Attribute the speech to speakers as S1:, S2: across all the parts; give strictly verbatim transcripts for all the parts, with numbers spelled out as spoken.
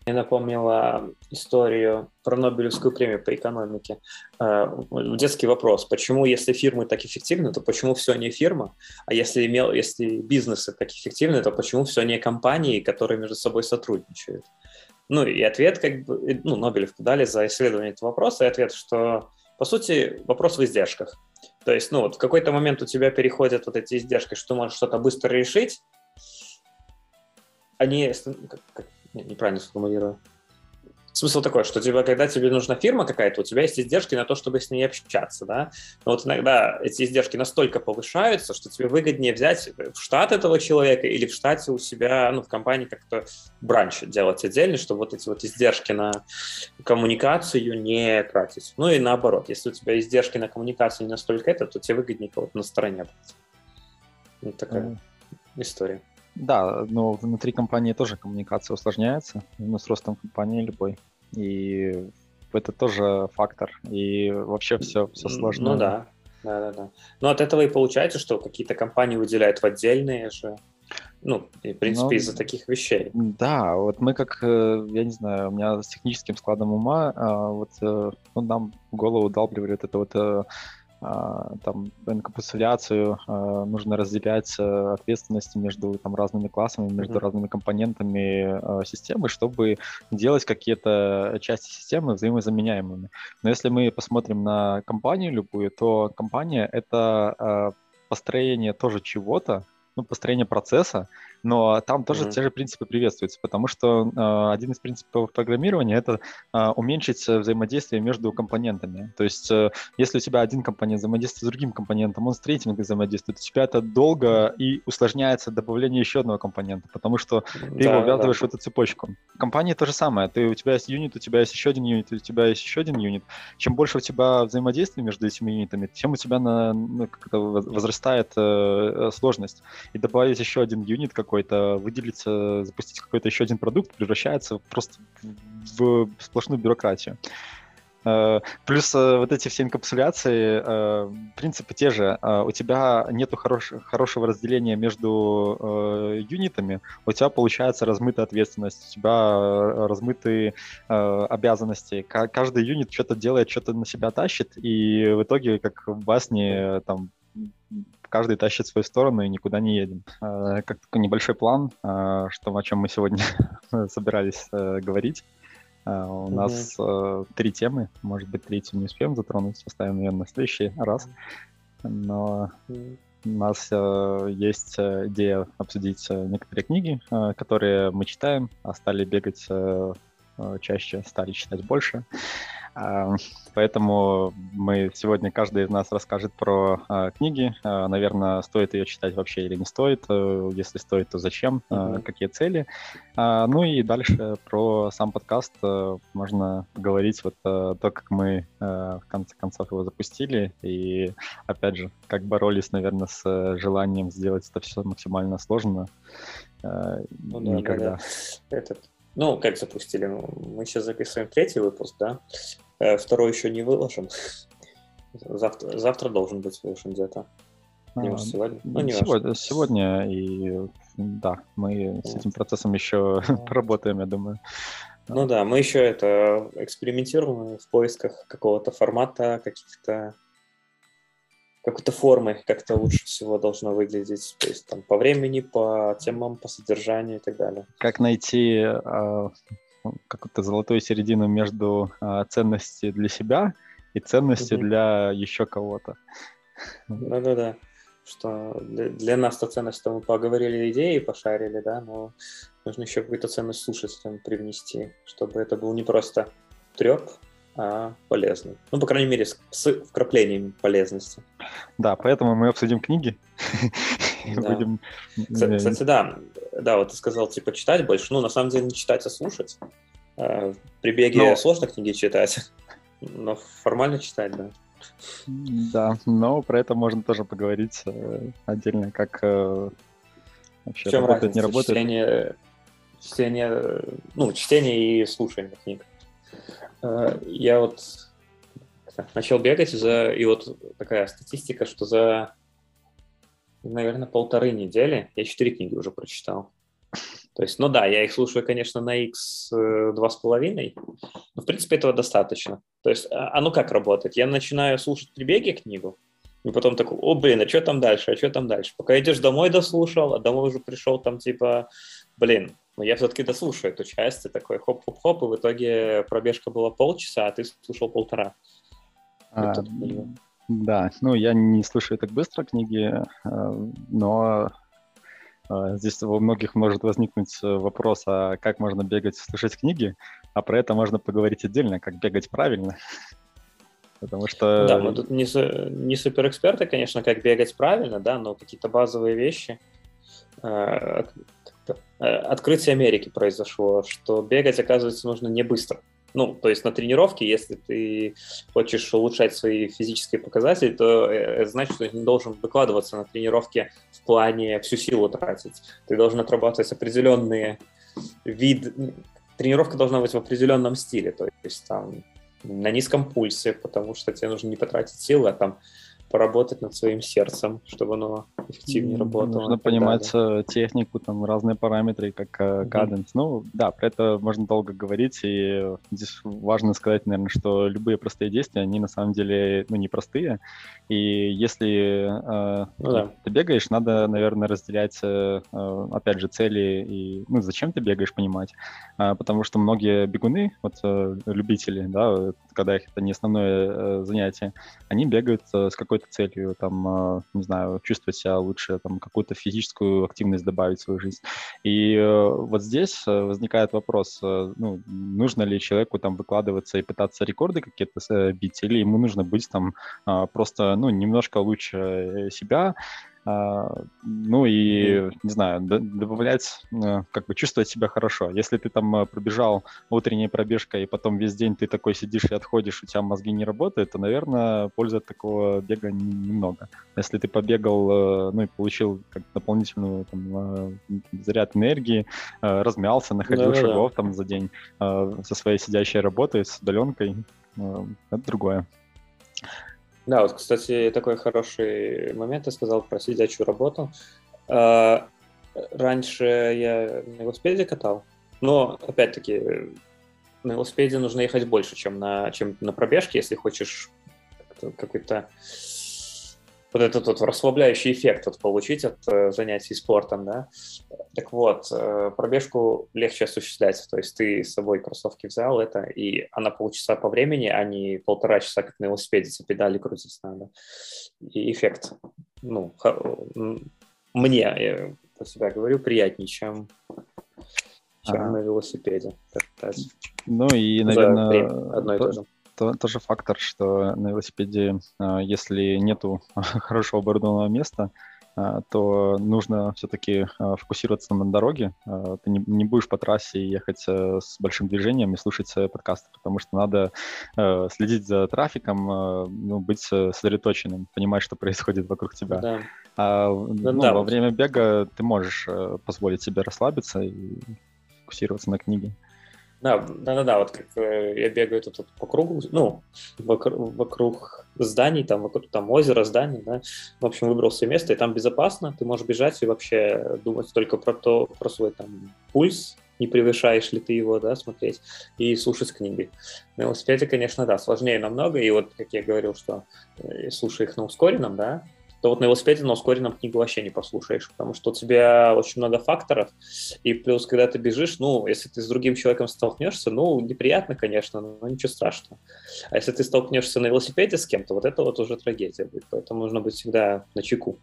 S1: Мне напомнила историю про Нобелевскую премию по экономике. Детский вопрос. Почему, если фирмы так эффективны, то почему все не фирма? А если, имел, если бизнесы так эффективны, то почему все не компании, которые между собой сотрудничают? Ну и ответ, как бы, ну, Нобелевку дали за исследование этого вопроса, и ответ, что, по сути, вопрос в издержках. То есть, ну, вот в какой-то момент у тебя переходят вот эти издержки, что ты можешь что-то быстро решить, они, как, как, неправильно сформулирую. Смысл такой, что тебе, когда тебе нужна фирма какая-то, у тебя есть издержки на то, чтобы с ней общаться, да. Но вот иногда эти издержки настолько повышаются, что тебе выгоднее взять в штат этого человека или в штате у себя, ну, в компании как-то бранч делать отдельно, чтобы вот эти вот издержки на коммуникацию не тратить. Ну и наоборот, если у тебя издержки на коммуникацию не настолько это, то тебе выгоднее кого-то на стороне брать. Вот такая mm. история.
S2: Да, но внутри компании тоже коммуникация усложняется, ну, с ростом компании любой. И это тоже фактор. И вообще все, все сложно.
S1: Ну да, да, да, да. Но от этого и получается, что какие-то компании выделяют в отдельные же, ну, и, в принципе, ну, из-за таких вещей.
S2: Да, вот мы как, я не знаю, у меня с техническим складом ума, вот ну, нам в голову удалбливали вот это вот там энкапсуляцию, нужно разделять ответственности между там разными классами, между mm-hmm. разными компонентами системы, чтобы делать какие-то части системы взаимозаменяемыми. Но если мы посмотрим на компанию любую, то компания — это построение тоже чего-то, ну, построение процесса, но там тоже mm-hmm. те же принципы приветствуются, потому что э, один из принципов программирования — это э, уменьшить взаимодействие между компонентами. То есть э, если у тебя один компонент взаимодействует с другим компонентом, он с третьим взаимодействует, у тебя это долго и усложняется добавление еще одного компонента, потому что ты да, его ввязываешь да. в эту цепочку. В компании то же самое. Ты, у тебя есть юнит, у тебя есть еще один юнит, у тебя есть еще один юнит. Чем больше у тебя взаимодействия между этими юнитами, тем у тебя на, ну, как-то возрастает э, сложность. И добавить еще один юнит какой-то, выделиться, запустить какой-то еще один продукт превращается просто в сплошную бюрократию. Плюс вот эти все инкапсуляции, принципы те же. У тебя нету хорош, хорошего разделения между юнитами, у тебя получается размытая ответственность, у тебя размытые обязанности. Каждый юнит что-то делает, что-то на себя тащит, и в итоге, как в басне, там, каждый тащит свою сторону и никуда не едем. Как такой небольшой план, что, о чем мы сегодня собирались говорить. У нас mm-hmm. три темы, может быть, третью не успеем затронуть, оставим ее на следующий раз. Но mm-hmm. у нас есть идея обсудить некоторые книги, которые мы читаем, а стали бегать чаще, стали читать больше. Поэтому мы сегодня, каждый из нас расскажет про э, книги. Э, наверное, стоит ее читать вообще или не стоит. Э, если стоит, то зачем, э, mm-hmm. какие цели. Э, ну и дальше про сам подкаст э, можно поговорить. Вот э, то, как мы э, в конце концов его запустили. И опять же, как боролись, наверное, с желанием сделать это все максимально сложно. Э, ну, да, никогда.
S1: Да, да. Этот, ну, как запустили? Мы сейчас записываем третий выпуск, да? Второй еще не выложен. Завтра, завтра должен быть выложен где-то. Не а, сегодня. Ну, не
S2: сегодня, сегодня, и да, мы с этим процессом еще поработаем, я думаю.
S1: Ну да, мы еще это экспериментируем в поисках какого-то формата, каких-то какой-то формы, как это лучше всего должно выглядеть. То есть там по времени, по темам, по содержанию и так далее.
S2: Как найти а, какую-то золотую середину между а, ценностью для себя и ценностью mm-hmm. для еще кого-то.
S1: Да-да-да. Что для, для нас-то ценность, то мы поговорили идеи, пошарили, да, но нужно еще какую-то ценность слушателям привнести, чтобы это был не просто треп, а полезный. Ну, по крайней мере, с, с вкраплением полезности.
S2: Да, поэтому мы обсудим книги.
S1: Да. Будем... Кстати, да, да, вот ты сказал, типа, читать больше. Ну, на самом деле, не читать, а слушать. При беге но... сложно книги читать, но формально читать, да.
S2: Да, но про это можно тоже поговорить э, отдельно, как э, вообще работает, не работает.
S1: Чтение, чтение, ну, чтение и слушание книг. Э, я вот начал бегать, за, и вот такая статистика, что за, наверное, полторы недели я четыре книги уже прочитал. То есть, ну да, я их слушаю, конечно, на икс два с половиной, но, в принципе, этого достаточно. То есть, оно как работает? Я начинаю слушать при беге книгу, и потом такой, о, блин, а что там дальше, а что там дальше? Пока идешь домой дослушал, а домой уже пришел, там типа, блин, ну я все-таки дослушаю эту часть, и такой хоп-хоп-хоп, и в итоге пробежка была полчаса, а ты слушал полтора.
S2: А, да, ну я не слушаю так быстро книги, но здесь у многих может возникнуть вопрос, а как можно бегать, слушать книги, а про это можно поговорить отдельно, как бегать правильно. Потому что...
S1: Ну да, мы тут не, не суперэксперты, конечно, как бегать правильно, да, но какие-то базовые вещи. Открытие Америки произошло, что бегать, оказывается, нужно не быстро. Ну, то есть на тренировке, если ты хочешь улучшать свои физические показатели, то это значит, что ты не должен выкладываться на тренировке в плане всю силу тратить. Ты должен отрабатывать определенные виды. Тренировка должна быть в определенном стиле, то есть там на низком пульсе, потому что тебе нужно не потратить силы, а там поработать над своим сердцем, чтобы оно эффективнее работало.
S2: Нужно понимать далее. Технику, там разные параметры, как каденс. Mm-hmm. Ну, да, про это можно долго говорить, и здесь важно сказать, наверное, что любые простые действия, они на самом деле, ну, непростые, и если э, ну, да. ты бегаешь, надо, наверное, разделять, э, опять же, цели и, ну, зачем ты бегаешь, понимать, э, потому что многие бегуны, вот э, любители, да, когда их это не основное э, занятие, они бегают э, с какой какой-то целью, там, не знаю, чувствовать себя лучше, там, какую-то физическую активность добавить в свою жизнь. И э, вот здесь возникает вопрос, э, ну, нужно ли человеку там выкладываться и пытаться рекорды какие-то э, бить, или ему нужно быть там э, просто, ну, немножко лучше себя, Uh, ну и, mm-hmm. не знаю, д- добавлять, uh, как бы чувствовать себя хорошо. Если ты там uh, пробежал утренней пробежкой, и потом весь день ты такой сидишь и отходишь, у тебя мозги не работают, то, наверное, пользы от такого бега немного. Если ты побегал, uh, ну и получил как дополнительную там, uh, заряд энергии, uh, размялся, находил да, шагов да. там за день uh, со своей сидящей работой, с удаленкой, uh, это другое.
S1: Да, вот, кстати, такой хороший момент ты сказал про сидячую работу. Раньше я на велосипеде катал, но, опять-таки, на велосипеде нужно ехать больше, чем на, чем на пробежке, если хочешь какой-то вот этот вот расслабляющий эффект вот получить от э, занятий спортом, да. Так вот, э, пробежку легче осуществлять, то есть ты с собой кроссовки взял это, и она полчаса по времени, а не полтора часа, как на велосипеде, за педали крутить надо. И эффект, ну, х- мне, я про себя говорю, приятнее, чем, чем ага. на велосипеде.
S2: Ну и, наверное, одно и то же. То, тоже фактор, что на велосипеде, если нету хорошего оборудованного места, то нужно все-таки фокусироваться на дороге. Ты не, не будешь по трассе ехать с большим движением и слушать подкасты, потому что надо следить за трафиком, ну, быть сосредоточенным, понимать, что происходит вокруг тебя. Да. А да, ну, да, во вот. время бега ты можешь позволить себе расслабиться и фокусироваться на книге.
S1: Да, да-да-да, вот как э, я бегаю тут, тут по кругу, ну, вокруг, вокруг зданий, там, вокруг там озера, зданий, да, в общем, выбрал себе место, и там безопасно, ты можешь бежать и вообще думать только про то, про свой там пульс, не превышаешь ли ты его, да, смотреть, и слушать книги. На велосипеде, конечно, да, сложнее намного, и вот, как я говорил, что э, слушай их на ускоренном, да, то вот на велосипеде на ускоренном книгу вообще не послушаешь, потому что у тебя очень много факторов, и плюс, когда ты бежишь, ну, если ты с другим человеком столкнешься, ну, неприятно, конечно, но ничего страшного. А если ты столкнешься на велосипеде с кем-то, вот это вот уже трагедия будет, поэтому нужно быть всегда начеку.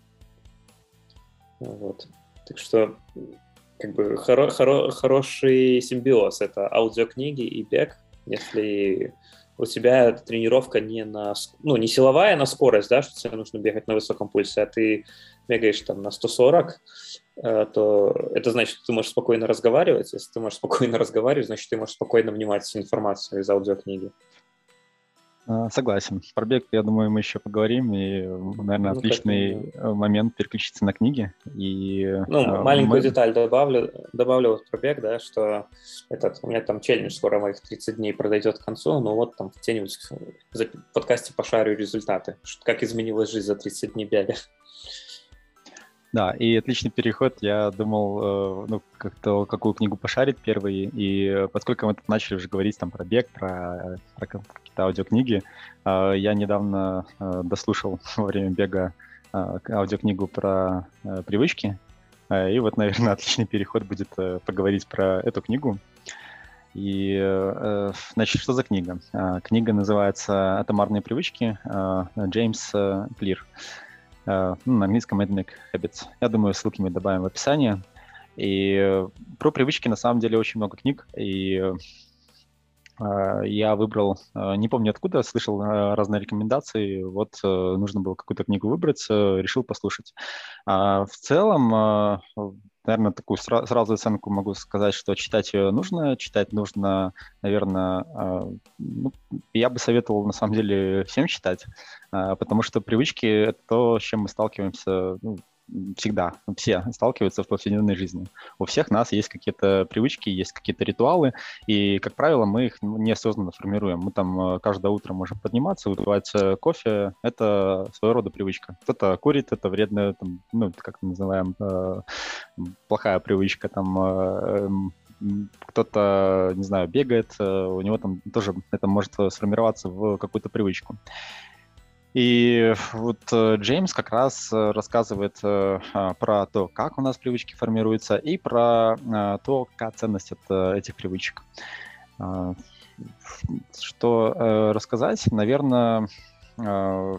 S1: Вот. Так что, как бы, хоро- хоро- хороший симбиоз — это аудиокниги и бег, если... у тебя тренировка не на, ну, не силовая на скорость, да, что тебе нужно бегать на высоком пульсе, а ты бегаешь там на сто сорок, то это значит, что ты можешь спокойно разговаривать. Если ты можешь спокойно разговаривать, значит, ты можешь спокойно внимать информацию из аудиокниги.
S2: Согласен. Про бег, я думаю, мы еще поговорим, и, наверное, ну, отличный да. момент переключиться на книги. И,
S1: ну, маленькую мы... деталь добавлю, добавлю вот про бег, да, что этот, у меня там челлендж скоро моих тридцать дней подойдет к концу, но вот там в где-нибудь в подкасте пошарю результаты, как изменилась жизнь за тридцать дней бега.
S2: Да, и отличный переход. Я думал, э, ну, как-то какую книгу пошарить первой, и поскольку мы тут начали уже говорить там про бег, про, про какие-то аудиокниги, э, я недавно э, дослушал во время бега э, аудиокнигу про э, привычки, э, и вот, наверное, отличный переход будет э, поговорить про эту книгу. И, э, значит, что за книга? Э, книга называется «Атомарные привычки», э, Джеймс э, Клир. Uh, ну, на английском Atomic Habits. Я думаю, ссылки мы добавим в описание. И uh, про привычки на самом деле очень много книг. И uh, я выбрал, uh, не помню откуда, слышал uh, разные рекомендации. Вот uh, нужно было какую-то книгу выбрать, uh, решил послушать. Uh, в целом, uh, наверное, такую сра- сразу оценку могу сказать, что читать ее нужно. Читать нужно, наверное, uh, ну, я бы советовал на самом деле всем читать. Потому что привычки — это то, с чем мы сталкиваемся, ну, всегда. Все сталкиваются в повседневной жизни. У всех нас есть какие-то привычки, есть какие-то ритуалы, и, как правило, мы их неосознанно формируем. Мы там каждое утро можем подниматься, выпивать кофе. Это своего рода привычка. Кто-то курит, это вредная, там, ну, как мы называем, плохая привычка, там, кто-то, не знаю, бегает, у него там тоже это может сформироваться в какую-то привычку. И вот Джеймс как раз рассказывает э, про то, как у нас привычки формируются, и про э, то, какая ценность от э, этих привычек. Э, что э, рассказать? Наверное, э,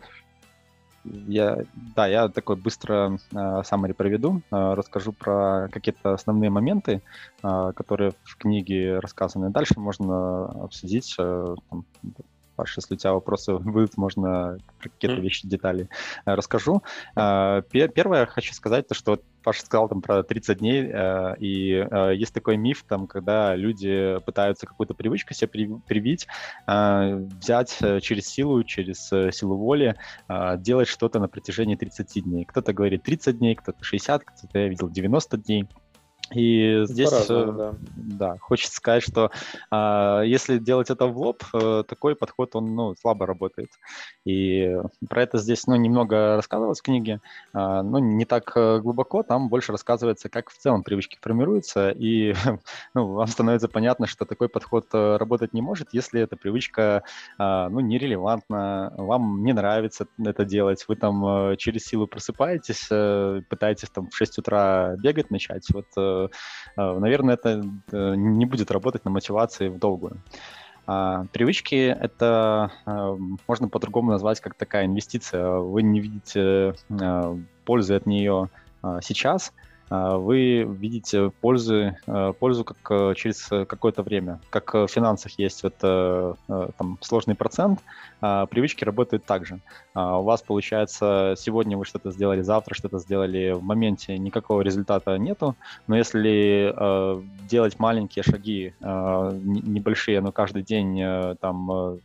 S2: я, да, я такой быстро э, summary проведу, э, расскажу про какие-то основные моменты, э, которые в книге рассказаны. Дальше можно обсудить, э, там, Паш, если у тебя вопросы будут, можно про какие-то вещи, детали расскажу. Первое, хочу сказать, то, что Паша сказал там про тридцать дней, и есть такой миф, там, когда люди пытаются какую-то привычку себе привить, взять через силу, через силу воли, делать что-то на протяжении тридцати дней. Кто-то говорит тридцать дней, кто-то шестьдесят, кто-то, я видел, девяносто дней. И здесь, да. да, хочется сказать, что э, если делать это в лоб, э, такой подход, он, ну, слабо работает. И про это здесь, ну, немного рассказывалось в книге, э, но не так глубоко, там больше рассказывается, как в целом привычки формируются, и ну, вам становится понятно, что такой подход работать не может, если эта привычка, э, ну, нерелевантна, вам не нравится это делать, вы там э, через силу просыпаетесь, э, пытаетесь там в шесть утра бегать начать, вот э, наверное, это не будет работать на мотивации в долгую. Привычки — это можно по-другому назвать как такая инвестиция. Вы не видите пользы от нее сейчас, вы видите пользы, пользу как через какое-то время. Как в финансах есть вот, там, сложный процент, привычки работают так же. У вас, получается, сегодня вы что-то сделали, завтра что-то сделали, в моменте никакого результата нету, но если делать маленькие шаги, небольшие, но каждый день там,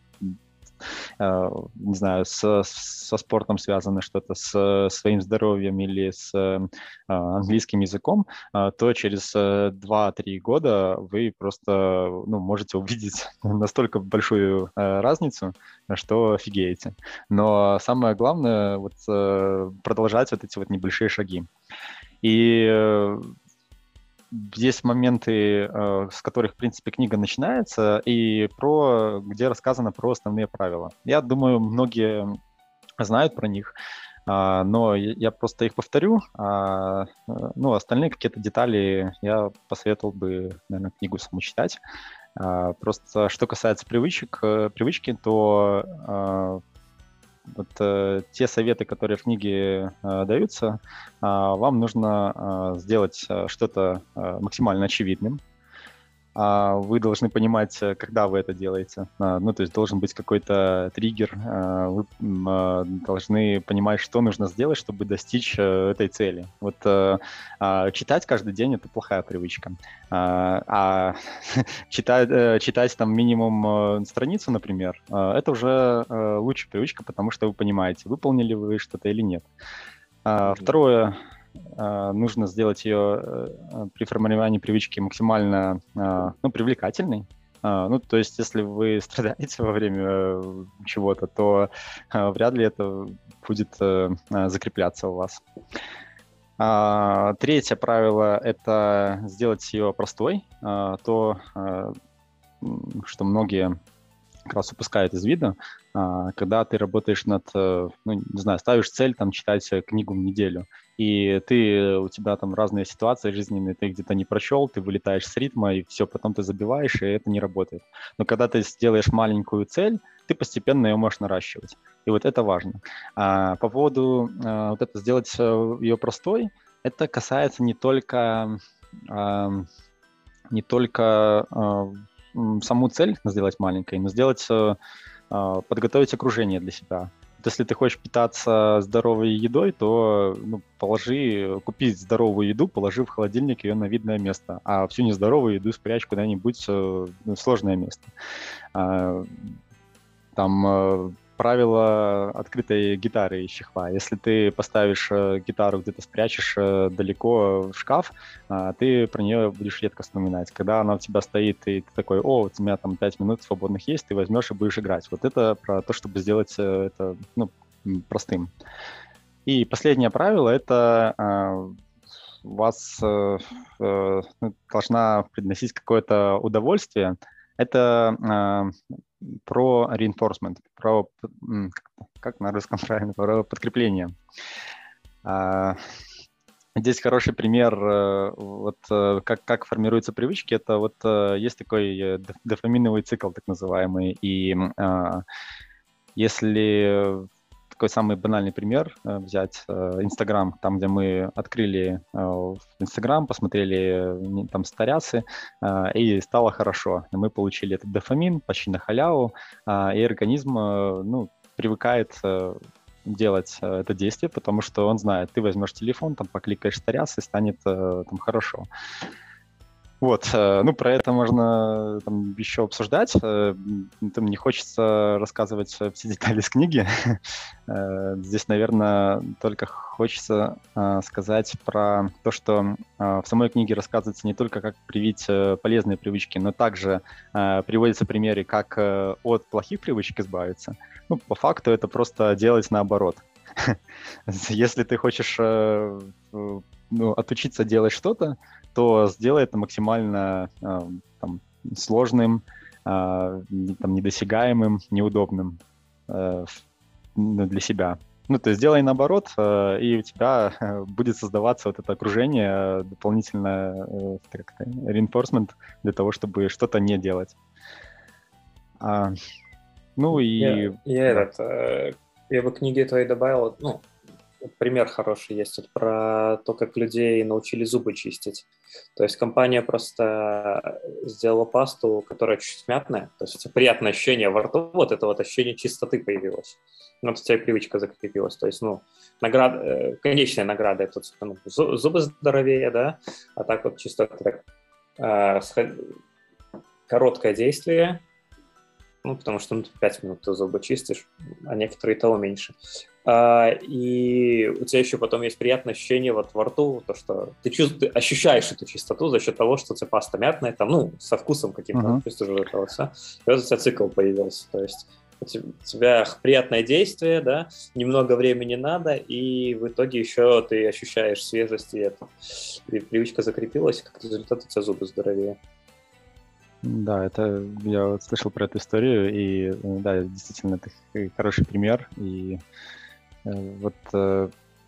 S2: не знаю, с, со спортом связано что-то, с своим здоровьем или с э, английским языком, э, то через два-три года вы просто, ну, можете увидеть настолько большую э, разницу, что офигеете. Но самое главное вот, э, продолжать вот эти вот небольшие шаги. И э, есть моменты, с которых, в принципе, книга начинается, и про, где рассказано про основные правила. Я думаю, многие знают про них, но я просто их повторю. Ну, остальные какие-то детали я посоветовал бы, наверное, книгу саму читать. Просто что касается привычек, привычки, то вот э, те советы, которые в книге э, даются, э, вам нужно э, сделать что-то э, максимально очевидным. А вы должны понимать, когда вы это делаете. Ну, то есть должен быть какой-то триггер. Вы должны понимать, что нужно сделать, чтобы достичь этой цели. Вот читать каждый день — это плохая привычка. А читать, читать там минимум страницу, например, это уже лучшая привычка, потому что вы понимаете, выполнили вы что-то или нет. Mm-hmm. Второе. Нужно сделать ее при формировании привычки максимально, ну, привлекательной. Ну, то есть, если вы страдаете во время чего-то, то вряд ли это будет закрепляться у вас. А, третье правило — это сделать ее простой, а, то, а, что многие как раз упускают из вида, а, когда ты работаешь над, э, ну, не знаю, ставишь цель там читать э, книгу в неделю, и ты, у тебя там разные ситуации жизненные, ты где-то не прочел, ты вылетаешь с ритма, и все, потом ты забиваешь, и это не работает. Но когда ты сделаешь маленькую цель, ты постепенно ее можешь наращивать. И вот это важно. А, по поводу а, вот это сделать э, ее простой, это касается не только, а, не только а, м, саму цель сделать маленькой, но сделать, э, а, подготовить окружение для себя. Вот если ты хочешь питаться здоровой едой, то ну, положи, купи здоровую еду, положи в холодильник ее на видное место, а всю нездоровую еду спрячь куда-нибудь э, в сложное место. А, Там э, правило открытой гитары из чехла. Если ты поставишь э, гитару где-то, спрячешь э, далеко в шкаф, а, ты про нее будешь редко вспоминать. Когда она у тебя стоит, и ты такой: о, у меня там пять минут свободных есть, ты возьмешь и будешь играть. Вот это про то, чтобы сделать э, это ну, м, простым. И последнее правило — это а, у вас э, э, ну, должна приносить какое-то удовольствие. Это а, про reinforcement, про, м, как, как на русском правильно, про подкрепление. А, Здесь хороший пример, э, вот э, как, как формируются привычки. Это вот э, есть такой э, доф- дофаминовый цикл, так называемый. И а, если такой самый банальный пример э, взять, э, Инстаграм, там, где мы открыли э, Инстаграм, посмотрели э, там старяцы, э, и стало хорошо. И мы получили этот дофамин почти на халяву, э, и организм э, ну, привыкает э, делать э, это действие, потому что он знает, ты возьмешь телефон, там покликаешь старяц, и станет э, там хорошо. Вот, э, ну, про это можно там еще обсуждать. Э, Там не хочется рассказывать все детали из книги. Э, Здесь, наверное, только хочется э, сказать про то, что э, в самой книге рассказывается не только, как привить э, полезные привычки, но также э, приводятся примеры, как э, от плохих привычек избавиться. Ну, по факту это просто делать наоборот. Если ты хочешь э, э, ну, отучиться делать что-то, то сделай это максимально э, там, сложным, э, там, недосягаемым, неудобным э, для себя. Ну, то есть сделай наоборот, э, и у тебя э, будет создаваться вот это окружение, э, дополнительное э, как-то reinforcement для того, чтобы что-то не делать. А, ну и...
S1: Я, я
S2: Да.
S1: этот, э, я бы книге твоей добавил, ну, пример хороший есть вот про то, как людей научили зубы чистить. То есть компания просто сделала пасту, которая чуть мятная, то есть у тебя приятное ощущение во рту, вот это вот ощущение чистоты появилось. Вот у тебя привычка закрепилась. То есть, ну, награда, конечная награда — это ну, зубы здоровее, да, а так вот чисто так, э, короткое действие, ну, потому что ну, пять минут ты зубы чистишь, а некоторые того меньше. А, и у тебя еще потом есть приятное ощущение вот во рту, то, что ты, чувств... ты ощущаешь эту чистоту за счет того, что у тебя паста мятная, там, ну, со вкусом каким-то,
S2: Uh-huh.
S1: чувствуешь вот это вот все. И вот у тебя цикл появился, то есть у тебя приятное действие, да, немного времени надо, и в итоге еще ты ощущаешь свежесть, и, это, и привычка закрепилась, как результат у тебя зубы здоровее.
S2: Да, это я вот слышал про эту историю, и да, действительно, это хороший пример. И э, вот э,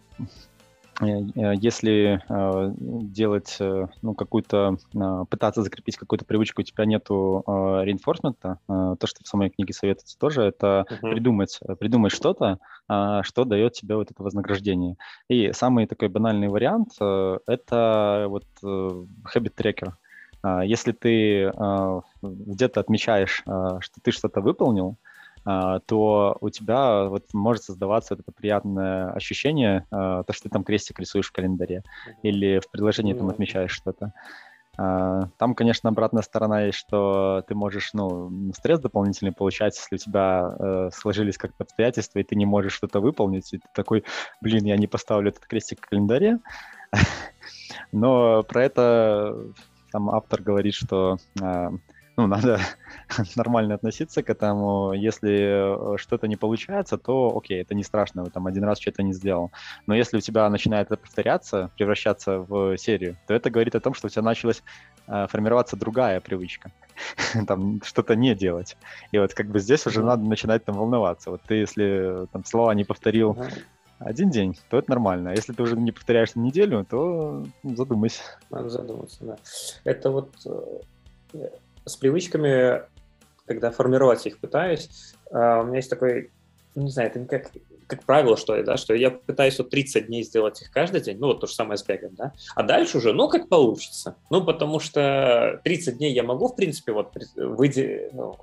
S2: если э, делать, э, ну, какую-то, э, пытаться закрепить какую-то привычку, у тебя нету э, reinforcement, э, то, что в самой книге советуется тоже, это
S1: Uh-huh.
S2: придумать, придумать что-то, э, что дает тебе вот это вознаграждение. И самый такой банальный вариант э, — это вот э, habit tracker. Если ты uh, где-то отмечаешь, uh, что ты что-то выполнил, uh, то у тебя вот может создаваться это приятное ощущение, uh, то, что ты там крестик рисуешь в календаре mm-hmm. или в приложении mm-hmm. там отмечаешь что-то. Uh, там, конечно, обратная сторона есть, что ты можешь, ну, стресс дополнительный получать, если у тебя uh, сложились как-то обстоятельства, и ты не можешь что-то выполнить, и ты такой: блин, я не поставлю этот крестик в календаре. Но про это... Там автор говорит, что э, ну, надо нормально относиться к этому. Если э, что-то не получается, то окей, это не страшно, там один раз что-то не сделал. Но если у тебя начинает это повторяться, превращаться в серию, то это говорит о том, что у тебя началась э, формироваться другая привычка, там что-то не делать. И вот как бы здесь уже
S1: Мгм.
S2: надо начинать там волноваться. Вот ты, если там слова не повторил
S1: Ага.
S2: один день, то это нормально. А если ты уже не повторяешь неделю, то ну, задумайся.
S1: Надо задуматься, да. Это вот э, с привычками, когда формировать их пытаюсь, э, у меня есть такой, ну, не знаю, это не как, как правило, что ли, да, что я пытаюсь вот тридцать дней сделать их каждый день, ну, вот то же самое с бегом, да, а дальше уже, ну, как получится. Ну, потому что тридцать дней я могу, в принципе, вот выйти, ну,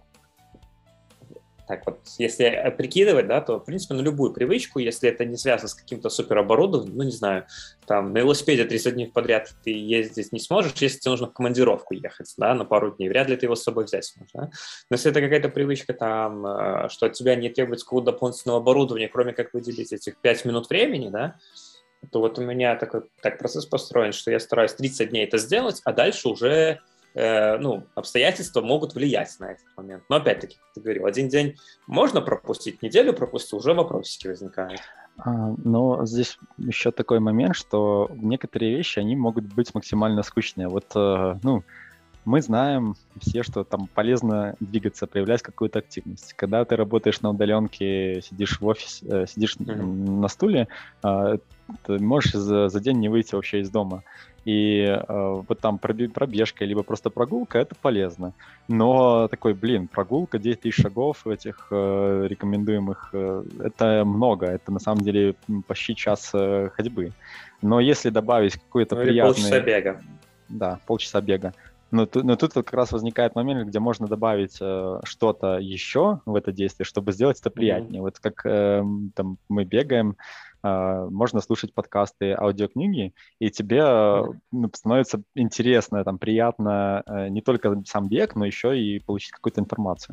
S1: так вот, если прикидывать, да, то, в принципе, на любую привычку, если это не связано с каким-то супероборудованием, ну, не знаю, там, на велосипеде тридцать дней подряд ты ездить не сможешь, если тебе нужно в командировку ехать, да, на пару дней, вряд ли ты его с собой взять сможешь, да? Но если это какая-то привычка, там, э, что от тебя не требуется какого-то дополнительного оборудования, кроме как выделить этих пять минут времени, да, то вот у меня такой так процесс построен, что я стараюсь тридцать дней это сделать, а дальше уже э, ну, обстоятельства могут влиять на этот момент. Но опять-таки, как ты говорил, один день можно пропустить, неделю пропустить, уже вопросики возникают.
S2: А, но здесь еще такой момент, что некоторые вещи, они могут быть максимально скучные. Вот, э, ну, мы знаем все, что там полезно двигаться, проявлять какую-то активность. Когда ты работаешь на удаленке, сидишь в офисе, э, сидишь
S1: Mm-hmm.
S2: на стуле, э, ты можешь за, за день не выйти вообще из дома. И э, вот там пробежка, либо просто прогулка, это полезно. Но такой, блин, прогулка, десять тысяч шагов этих э, рекомендуемых, э, это много. Это на самом деле почти час э, ходьбы. Но если добавить какой-то
S1: Ну или полчаса
S2: приятный...
S1: бега.
S2: Да, полчаса бега. Но, ту- но тут вот как раз возникает момент, где можно добавить э, что-то еще в это действие, чтобы сделать это приятнее.
S1: Mm-hmm.
S2: Вот как э, там мы бегаем, э, можно слушать подкасты, аудиокниги, и тебе э,
S1: Mm-hmm.
S2: ну, становится интересно, там, приятно э, не только сам бег, но еще и получить какую-то информацию.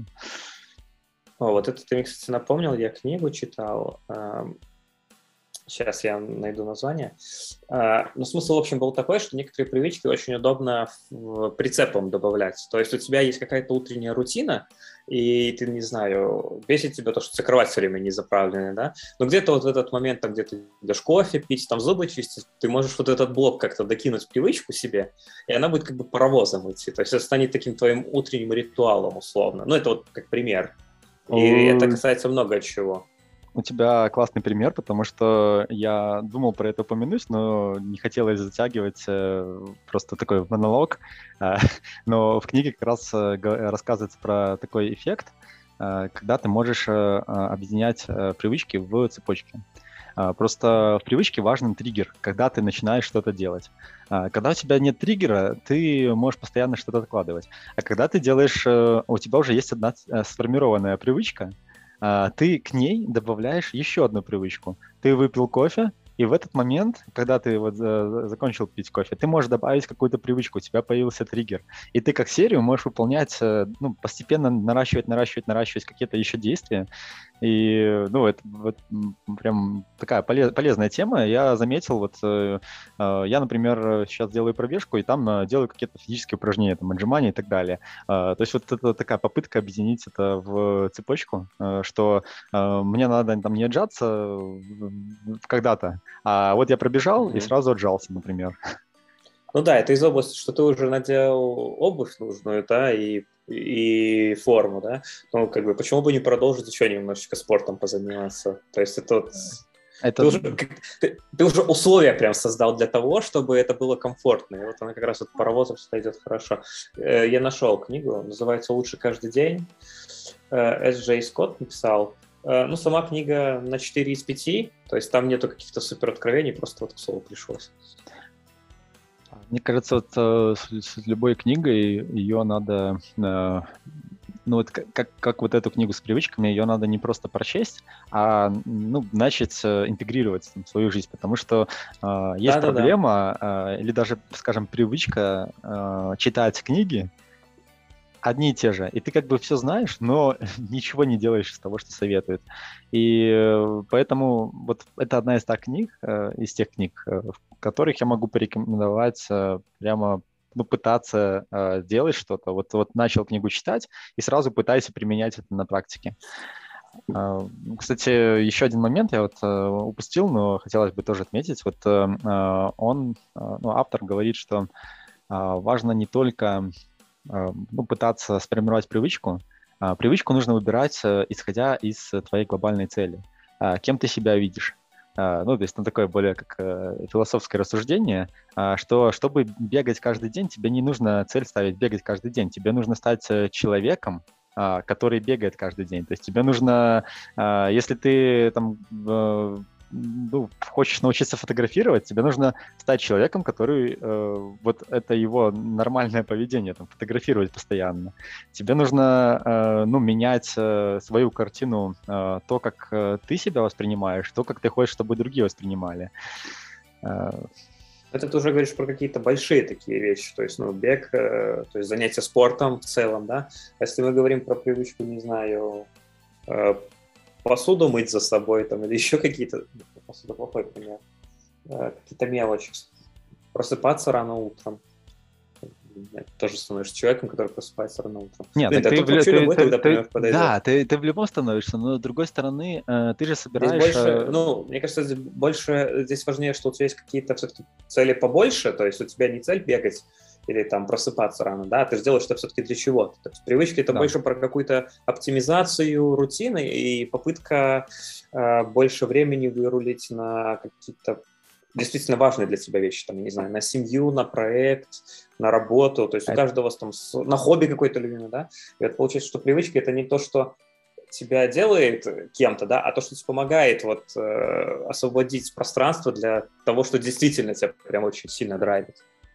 S1: О, вот это ты мне, кстати, напомнил, я книгу читал. Сейчас я найду название. Но смысл, в общем, был такой, что некоторые привычки очень удобно прицепом добавлять. То есть у тебя есть какая-то утренняя рутина, и ты, не знаю, бесит тебя то, что кровать все время не заправленная, да? Но где-то вот в этот момент, там, где ты идешь кофе пить, там зубы чистить, ты можешь вот этот блок как-то докинуть привычку себе, и она будет как бы паровозом идти. То есть это станет таким твоим утренним ритуалом, условно. Ну, это вот как пример. И это касается много чего.
S2: У тебя классный пример, потому что я думал про это упомянуть, но не хотелось затягивать просто такой монолог. Но в книге как раз рассказывается про такой эффект, когда ты можешь объединять привычки в цепочке. Просто в привычке важен триггер, когда ты начинаешь что-то делать. Когда у тебя нет триггера, ты можешь постоянно что-то откладывать. А когда ты делаешь, у тебя уже есть одна сформированная привычка, ты к ней добавляешь еще одну привычку. Ты выпил кофе, и в этот момент, когда ты вот закончил пить кофе, ты можешь добавить какую-то привычку, у тебя появился триггер. И ты как серию можешь выполнять, ну, постепенно наращивать, наращивать, наращивать какие-то еще действия. И, ну, это вот прям такая полез, полезная тема. Я заметил, вот э, я, например, сейчас делаю пробежку, и там делаю какие-то физические упражнения, там, отжимания и так далее. Э, то есть вот это такая попытка объединить это в цепочку, э, что э, мне надо там не отжаться когда-то, а вот я пробежал mm-hmm. и сразу отжался, например.
S1: Ну да, это из области, что ты уже надел обувь нужную, да, и, и форму, да, ну, как бы, почему бы не продолжить еще немножечко спортом позаниматься? То есть это вот... Это... Ты, уже, ты, ты уже условия прям создал для того, чтобы это было комфортно. И вот она как раз вот паровозом всегда идет хорошо. Я нашел книгу, называется «Лучше каждый день». Эс Джей Скотт написал. Ну, сама книга на четыре из пяти, то есть там нету каких-то супер откровений, просто вот к слову пришлось.
S2: Мне кажется, вот э, с, с любой книгой ее надо, э, ну вот как, как, как вот эту книгу с привычками, ее надо не просто прочесть, а ну, начать э, интегрировать в свою жизнь, потому что э, есть да, проблема, да, да. Э, или даже, скажем, привычка э, читать книги, одни и те же, и ты как бы все знаешь, но ничего не делаешь из того, что советуют. И поэтому вот это одна из тех книг, из тех книг, в которых я могу порекомендовать прямо ну, пытаться э, делать что-то. Вот, вот начал книгу читать и сразу пытайся применять это на практике. Uh, кстати, еще один момент я вот uh, упустил, но хотелось бы тоже отметить. Вот uh, он, uh, ну, автор говорит, что uh, важно не только uh, ну, пытаться сформировать привычку, uh, привычку нужно выбирать, uh, исходя из твоей глобальной цели. Uh, кем ты себя видишь? Uh, ну, то есть, ну, такое более как uh, философское рассуждение, uh, что чтобы бегать каждый день, тебе не нужно цель ставить бегать каждый день, тебе нужно стать uh, человеком, который бегает каждый день. То есть тебе нужно, если ты там, ну, хочешь научиться фотографировать, тебе нужно стать человеком, который, вот это его нормальное поведение, там, фотографировать постоянно. Тебе нужно, ну, менять свою картину, то, как ты себя воспринимаешь, то, как ты хочешь, чтобы другие воспринимали.
S1: Это ты уже говоришь про какие-то большие такие вещи, то есть, ну, бег, э, то есть занятия спортом в целом, да. А если мы говорим про привычку, не знаю, э, посуду мыть за собой, там, или еще какие-то, посуда плохой пример, э, какие-то мелочи, просыпаться рано утром, тоже становишься человеком, который просыпается рано утром.
S2: Нет,
S1: Блин,
S2: так
S1: да
S2: ты,
S1: тут вообще
S2: ты,
S1: любой
S2: ты,
S1: тогда
S2: ты,
S1: пример подойдет.
S2: да, ты, ты в любом становишься, но с другой стороны, э, ты же собираешь...
S1: Здесь больше, ну, мне кажется, здесь больше, здесь важнее, что у тебя есть какие-то все-таки цели побольше, то есть у тебя не цель бегать или там просыпаться рано, да, ты же делаешь это все-таки для чего-то. То есть привычки — это да. больше про какую-то оптимизацию рутины и попытка э, больше времени вырулить на какие-то действительно важные для тебя вещи, там, я не знаю, на семью, на проект, на работу, то есть у каждого там, на хобби какое-то любимое, да, и вот получается, что привычки — это не то, что тебя делает кем-то, да, а то, что тебе помогает вот э, освободить пространство для того, что действительно тебя прям очень сильно драйвит.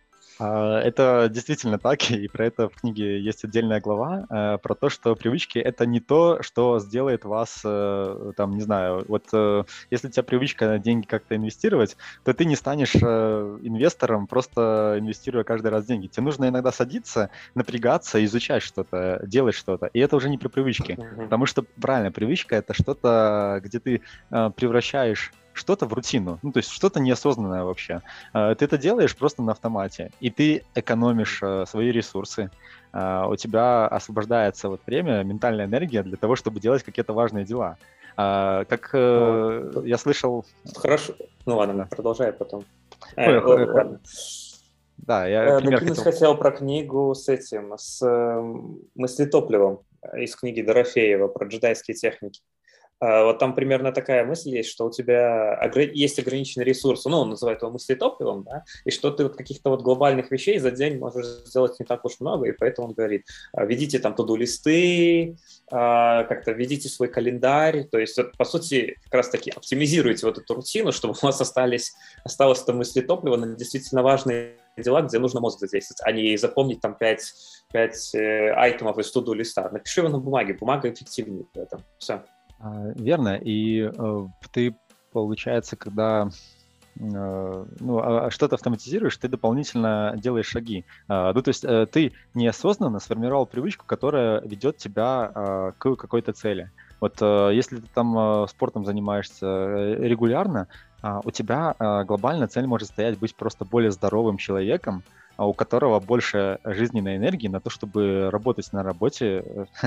S2: Это действительно так, и про это в книге есть отдельная глава, э, про то, что привычки — это не то, что сделает вас, э, там, не знаю, вот э, если у тебя привычка на деньги как-то инвестировать, то ты не станешь э, инвестором, просто инвестируя каждый раз деньги. Тебе нужно иногда садиться, напрягаться, изучать что-то, делать что-то, и это уже не про привычки, mm-hmm. потому что, правильно, привычка — это что-то, где ты э, превращаешь что-то в рутину, ну, то есть что-то неосознанное вообще. Ты это делаешь просто на автомате, и ты экономишь свои ресурсы, у тебя освобождается вот время, ментальная энергия для того, чтобы делать какие-то важные дела. Как ну, я слышал...
S1: Хорошо, ну ладно, продолжай потом.
S2: Ой, э, ладно. ладно. Да, я
S1: пример хотел... хотел про книгу с этим, с мыслетопливом из книги Дорофеева про джедайские техники. Вот там примерно такая мысль есть, что у тебя есть ограниченный ресурс, ну, он называет его мыслетопливом, да, и что ты вот каких-то вот глобальных вещей за день можешь сделать не так уж много, и поэтому он говорит, ведите там туду-листы, как-то ведите свой календарь, то есть, вот, по сути, как раз-таки оптимизируйте вот эту рутину, чтобы у вас остались, осталось это мыслетопливо на действительно важные дела, где нужно мозг задействовать, а не запомнить там пять, пять э, айтемов из туду-листа. Напиши его на бумаге, бумага эффективнее в этом. Все.
S2: Верно, и э, ты, получается, когда э, ну, что-то автоматизируешь, ты дополнительно делаешь шаги. Э, ну, то есть э, ты неосознанно сформировал привычку, которая ведет тебя э, к какой-то цели. Вот э, если ты там э, спортом занимаешься регулярно, э, у тебя э, глобально цель может стоять быть просто более здоровым человеком, у которого больше жизненной энергии на то, чтобы работать на работе,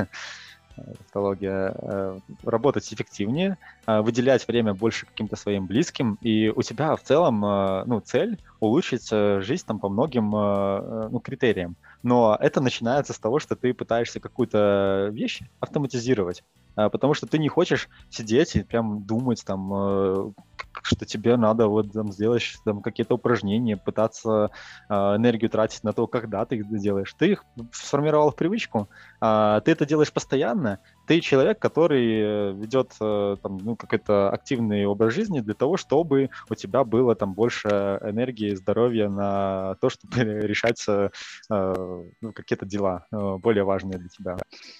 S2: тавтология, работать эффективнее, выделять время больше каким-то своим близким, и у тебя в целом, ну, цель улучшить жизнь там по многим, ну, критериям. Но это начинается с того, что ты пытаешься какую-то вещь автоматизировать, потому что ты не хочешь сидеть и прям думать там, что тебе надо вот там сделать там какие-то упражнения, пытаться энергию тратить на то, когда ты их делаешь. Ты их сформировал в привычку, ты это делаешь постоянно, ты человек, который ведет там, ну, какой-то активный образ жизни для того, чтобы у тебя было там больше энергии, здоровья на то, чтобы решать э, ну, какие-то дела э, более важные для тебя.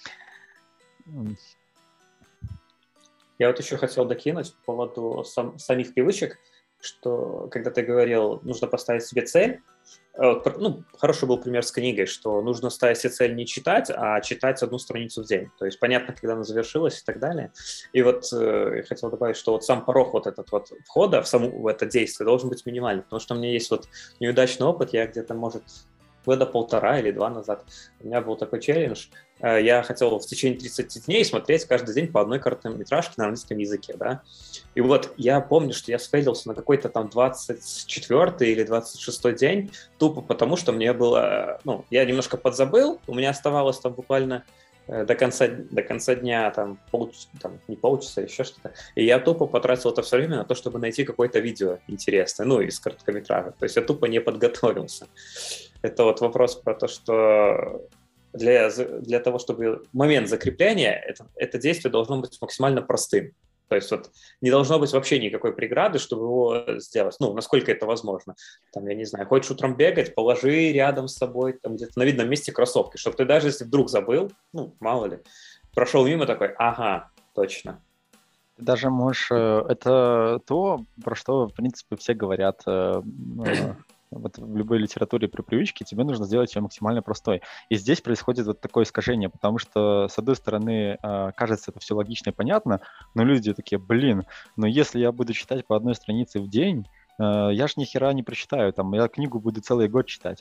S1: Я вот еще хотел докинуть по поводу сам, самих привычек, что когда ты говорил, нужно поставить себе цель, ну, хороший был пример с книгой, что нужно ставить себе цель не читать, а читать одну страницу в день. То есть понятно, когда она завершилась и так далее. И вот э, я хотел добавить, что вот сам порог вот этот вот входа в, саму, в это действие должен быть минимальный, потому что у меня есть вот неудачный опыт, я где-то, может, года полтора или два назад у меня был такой челлендж. Я хотел в течение тридцати дней смотреть каждый день по одной короткометражке на английском языке, да. И вот я помню, что я сфейлился на какой-то там двадцать четвёртый или двадцать шестой день, тупо потому, что мне было... Ну, я немножко подзабыл, у меня оставалось там буквально до конца, до конца дня там, пол, там не полчаса, еще что-то. И я тупо потратил это все время на то, чтобы найти какое-то видео интересное, ну, из короткометражек. То есть я тупо не подготовился. Это вот вопрос про то, что для, для того, чтобы момент закрепления, это, это действие должно быть максимально простым. То есть вот не должно быть вообще никакой преграды, чтобы его сделать. Ну, насколько это возможно. Там, я не знаю, хочешь утром бегать, положи рядом с собой, там где-то на видном месте кроссовки, чтобы ты даже если вдруг забыл, ну, мало ли, прошел мимо такой, ага, точно.
S2: Ты даже можешь... Это то, про что, в принципе, все говорят. Вот в любой литературе про привычки тебе нужно сделать ее максимально простой. И здесь происходит вот такое искажение, потому что, с одной стороны, кажется, это все логично и понятно, но люди такие, блин, но если я буду читать по одной странице в день, я же ни хера не прочитаю, там, я книгу буду целый год читать.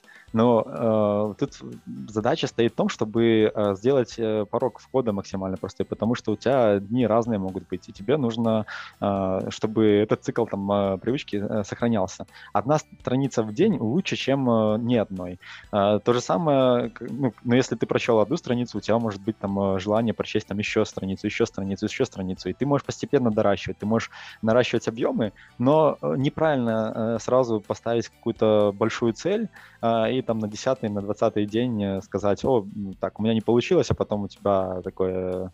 S2: Но э, тут задача стоит в том, чтобы э, сделать э, порог входа максимально простой, потому что у тебя дни разные могут быть, и тебе нужно, э, чтобы этот цикл там, э, привычки э, сохранялся. Одна страница в день лучше, чем э, ни одной. Э, то же самое, ну, но если ты прочел одну страницу, у тебя может быть там желание прочесть там еще страницу, еще страницу, еще страницу, и ты можешь постепенно доращивать, ты можешь наращивать объемы, но неправильно сразу поставить какую-то большую цель и там на десятый, на двадцатый день сказать, о, так, у меня не получилось, а потом у тебя такое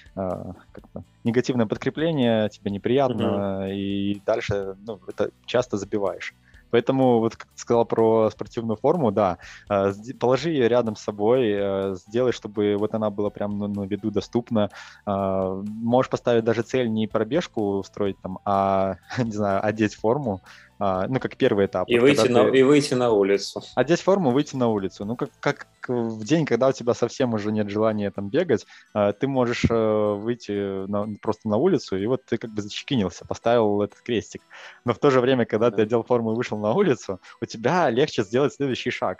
S2: как-то негативное подкрепление, тебе неприятно, mm-hmm. и дальше ну, это часто забиваешь. Поэтому, вот как ты сказал про спортивную форму, да, положи ее рядом с собой, сделай, чтобы вот она была прям на, на виду доступна. Можешь поставить даже цель не пробежку устроить там, а, не знаю, одеть форму, ну, как первый этап.
S1: И, вот выйти, на, ты... и выйти на улицу.
S2: Одеть форму, выйти на улицу. Ну, как, как в день, когда у тебя совсем уже нет желания там бегать, ты можешь выйти на, просто на улицу, и вот ты как бы зачекинился, поставил этот крестик. Но в то же время, когда ты одел форму и вышел на улицу, у тебя легче сделать следующий шаг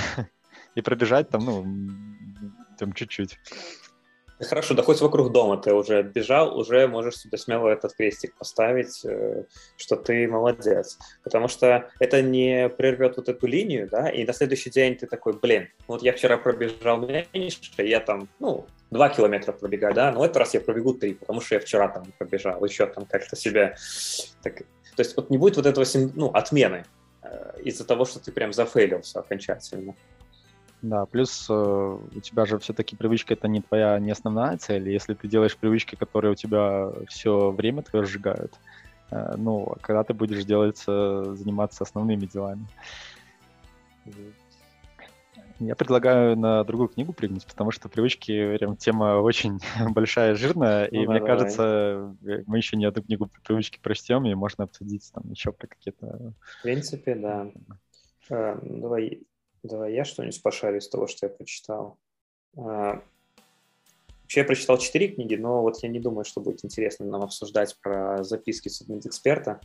S2: и пробежать там, ну, там чуть-чуть.
S1: Хорошо, да хоть вокруг дома ты уже бежал, уже можешь себе смело этот крестик поставить, что ты молодец. Потому что это не прервет вот эту линию, да, и на следующий день ты такой, блин, вот я вчера пробежал меньше, я там, ну, два километра пробегаю, да, но этот раз я пробегу три, потому что я вчера там пробежал, еще там как-то себя... Так... То есть вот не будет вот этого, ну, отмены из-за того, что ты прям зафейлился окончательно.
S2: Да, плюс э, у тебя же все-таки привычка — это не твоя, не основная цель. Если ты делаешь привычки, которые у тебя все время твое сжигают, э, ну, когда ты будешь делать, э, заниматься основными делами? Mm-hmm. Я предлагаю на другую книгу прыгнуть, потому что привычки прям тема очень большая, жирная, ну, и давай. Мне кажется, мы еще не одну книгу про привычки прочтем, и можно обсудить там еще про какие-то...
S1: В принципе, да. Uh, давай... Давай я что-нибудь пошарю из того, что я прочитал. Вообще я прочитал четыре книги, но вот я не думаю, что будет интересно нам обсуждать про записки судмедэксперта,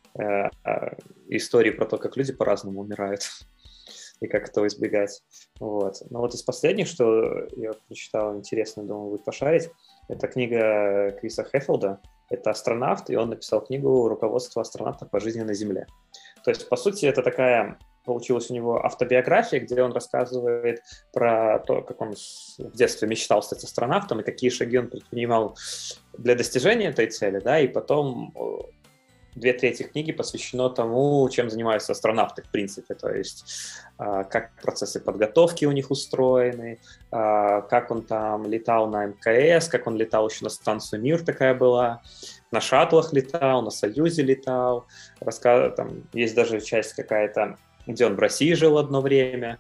S1: истории про то, как люди по-разному умирают и как этого избегать. Вот. Но вот из последних, что я прочитал, интересно, думаю, будет пошарить, это книга Криса Хеффилда. Это астронавт, и он написал книгу «Руководство астронавта по жизни на Земле». То есть, по сути, это такая... Получилась у него автобиография, где он рассказывает про то, как он в детстве мечтал стать астронавтом и какие шаги он предпринимал для достижения этой цели, да, и потом две трети книги посвящено тому, чем занимаются астронавты, в принципе, то есть как процессы подготовки у них устроены, как он там летал на эм ка эс, как он летал еще на станцию «Мир» такая была, на шаттлах летал, на «Союзе» летал, Рассказ... там есть даже часть какая-то, где он в России жил одно время.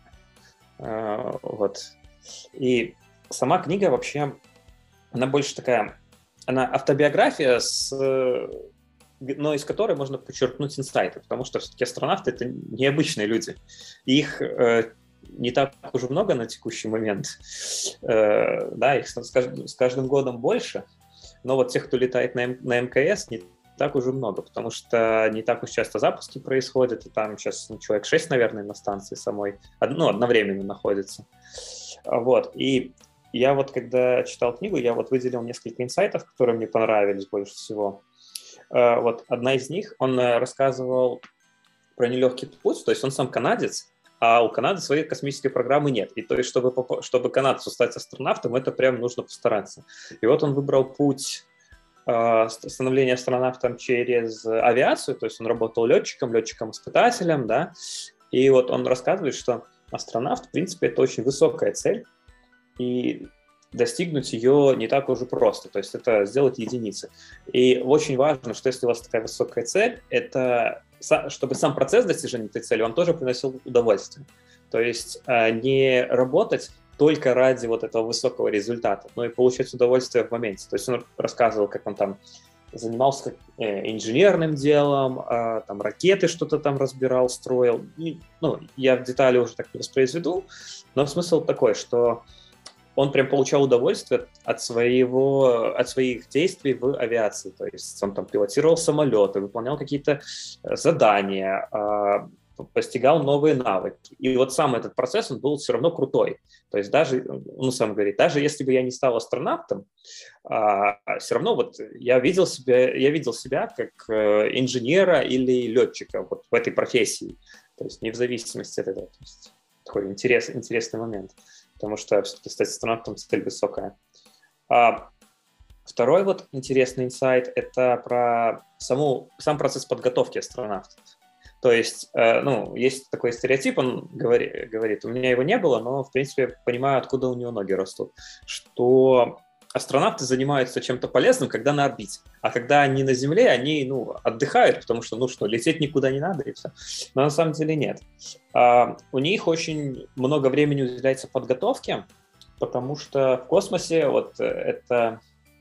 S1: Вот. И сама книга вообще, она больше такая, она автобиография, с, но из которой можно подчеркнуть инсайты, потому что все-таки астронавты — это необычные люди. Их не так уж много на текущий момент. Да, их с каждым, с каждым годом больше, но вот тех, кто летает на, на эм ка эс, не так уже много, потому что не так уж часто запуски происходят, и там сейчас ну, человек шесть, наверное, на станции самой, ну, одновременно находится. Вот, и я вот, когда читал книгу, я вот выделил несколько инсайтов, которые мне понравились больше всего. Вот одна из них, он рассказывал про нелегкий путь, то есть он сам канадец, а у Канады своей космической программы нет. И то есть, чтобы, чтобы канадцу стать астронавтом, это прям нужно постараться. И вот он выбрал путь э, становления астронавтом через авиацию, то есть он работал летчиком, летчиком-испытателем, да, и вот он рассказывает, что астронавт, в принципе, это очень высокая цель, и достигнуть ее не так уже просто, то есть это сделать единицы. И очень важно, что если у вас такая высокая цель, это чтобы сам процесс достижения этой цели, он тоже приносил удовольствие. То есть не работать только ради вот этого высокого результата, но и получать удовольствие в моменте. То есть он рассказывал, как он там занимался инженерным делом, там ракеты что-то там разбирал, строил. Ну, я в детали уже так не воспроизведу, но смысл такой, что он прям получал удовольствие от, своего, от своих действий в авиации. То есть он там пилотировал самолеты, выполнял какие-то задания, постигал новые навыки. И вот сам этот процесс, он был все равно крутой. То есть даже, он сам говорит, даже если бы я не стал астронавтом, все равно вот я видел себя, я видел себя как инженера или летчика вот в этой профессии. То есть не в зависимости от этого. То есть такой интерес, интересный момент. Потому что все-таки стать астронавтом цель высокая. А второй вот интересный инсайт – это про саму, сам процесс подготовки астронавтов. То есть, э, ну, есть такой стереотип, он говори, говорит, у меня его не было, но, в принципе, понимаю, откуда у него ноги растут, что астронавты занимаются чем-то полезным, когда на орбите. А когда они на Земле, они ну, отдыхают, потому что, ну что, лететь никуда не надо, и все. Но на самом деле нет. А, у них очень много времени уделяется подготовке, потому что в космосе вот это...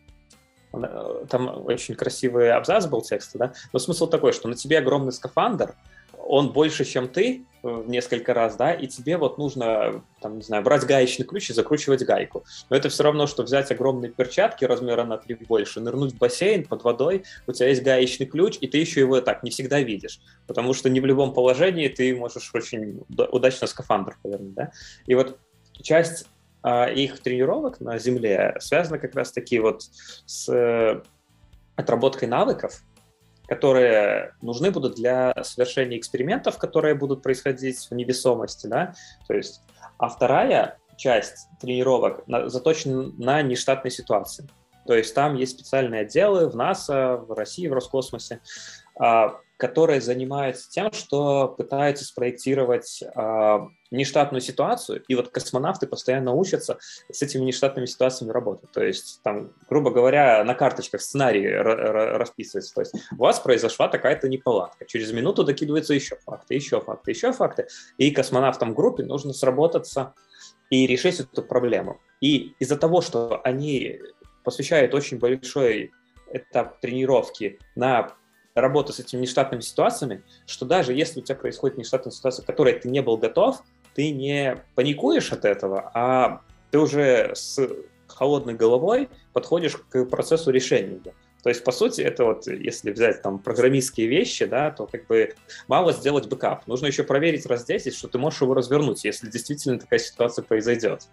S1: Там очень красивый абзац был текста, да? Но смысл такой, что на тебе огромный скафандр, он больше, чем ты в несколько раз, да, и тебе вот нужно, там, не знаю, брать гаечный ключ и закручивать гайку. Но это все равно, что взять огромные перчатки размера на три больше, нырнуть в бассейн под водой, у тебя есть гаечный ключ, и ты еще его так не всегда видишь, потому что не в любом положении ты можешь очень удачно скафандр повернуть, да. И вот часть а, их тренировок на Земле связана как раз-таки вот с э, отработкой навыков, которые нужны будут для совершения экспериментов, которые будут происходить в невесомости, да, то есть, а вторая часть тренировок на, заточена на нештатные ситуации, то есть там есть специальные отделы в НАСА, в России, в Роскосмосе, а, которые занимаются тем, что пытаются спроектировать а, нештатную ситуацию, и вот космонавты постоянно учатся с этими нештатными ситуациями работать. То есть, там, грубо говоря, на карточках сценарий расписывается. То есть у вас произошла такая-то неполадка. Через минуту докидываются еще факты, еще факты, еще факты. И космонавтам в группе нужно сработаться и решить эту проблему. И из-за того, что они посвящают очень большой этап тренировки на работу с этими нештатными ситуациями, что даже если у тебя происходит нештатная ситуация, к которой ты не был готов, ты не паникуешь от этого, а ты уже с холодной головой подходишь к процессу решения. То есть, по сути, это вот, если взять там программистские вещи, да, то как бы мало сделать бэкап. Нужно еще проверить раз десять, что ты можешь его развернуть, если действительно такая ситуация произойдет.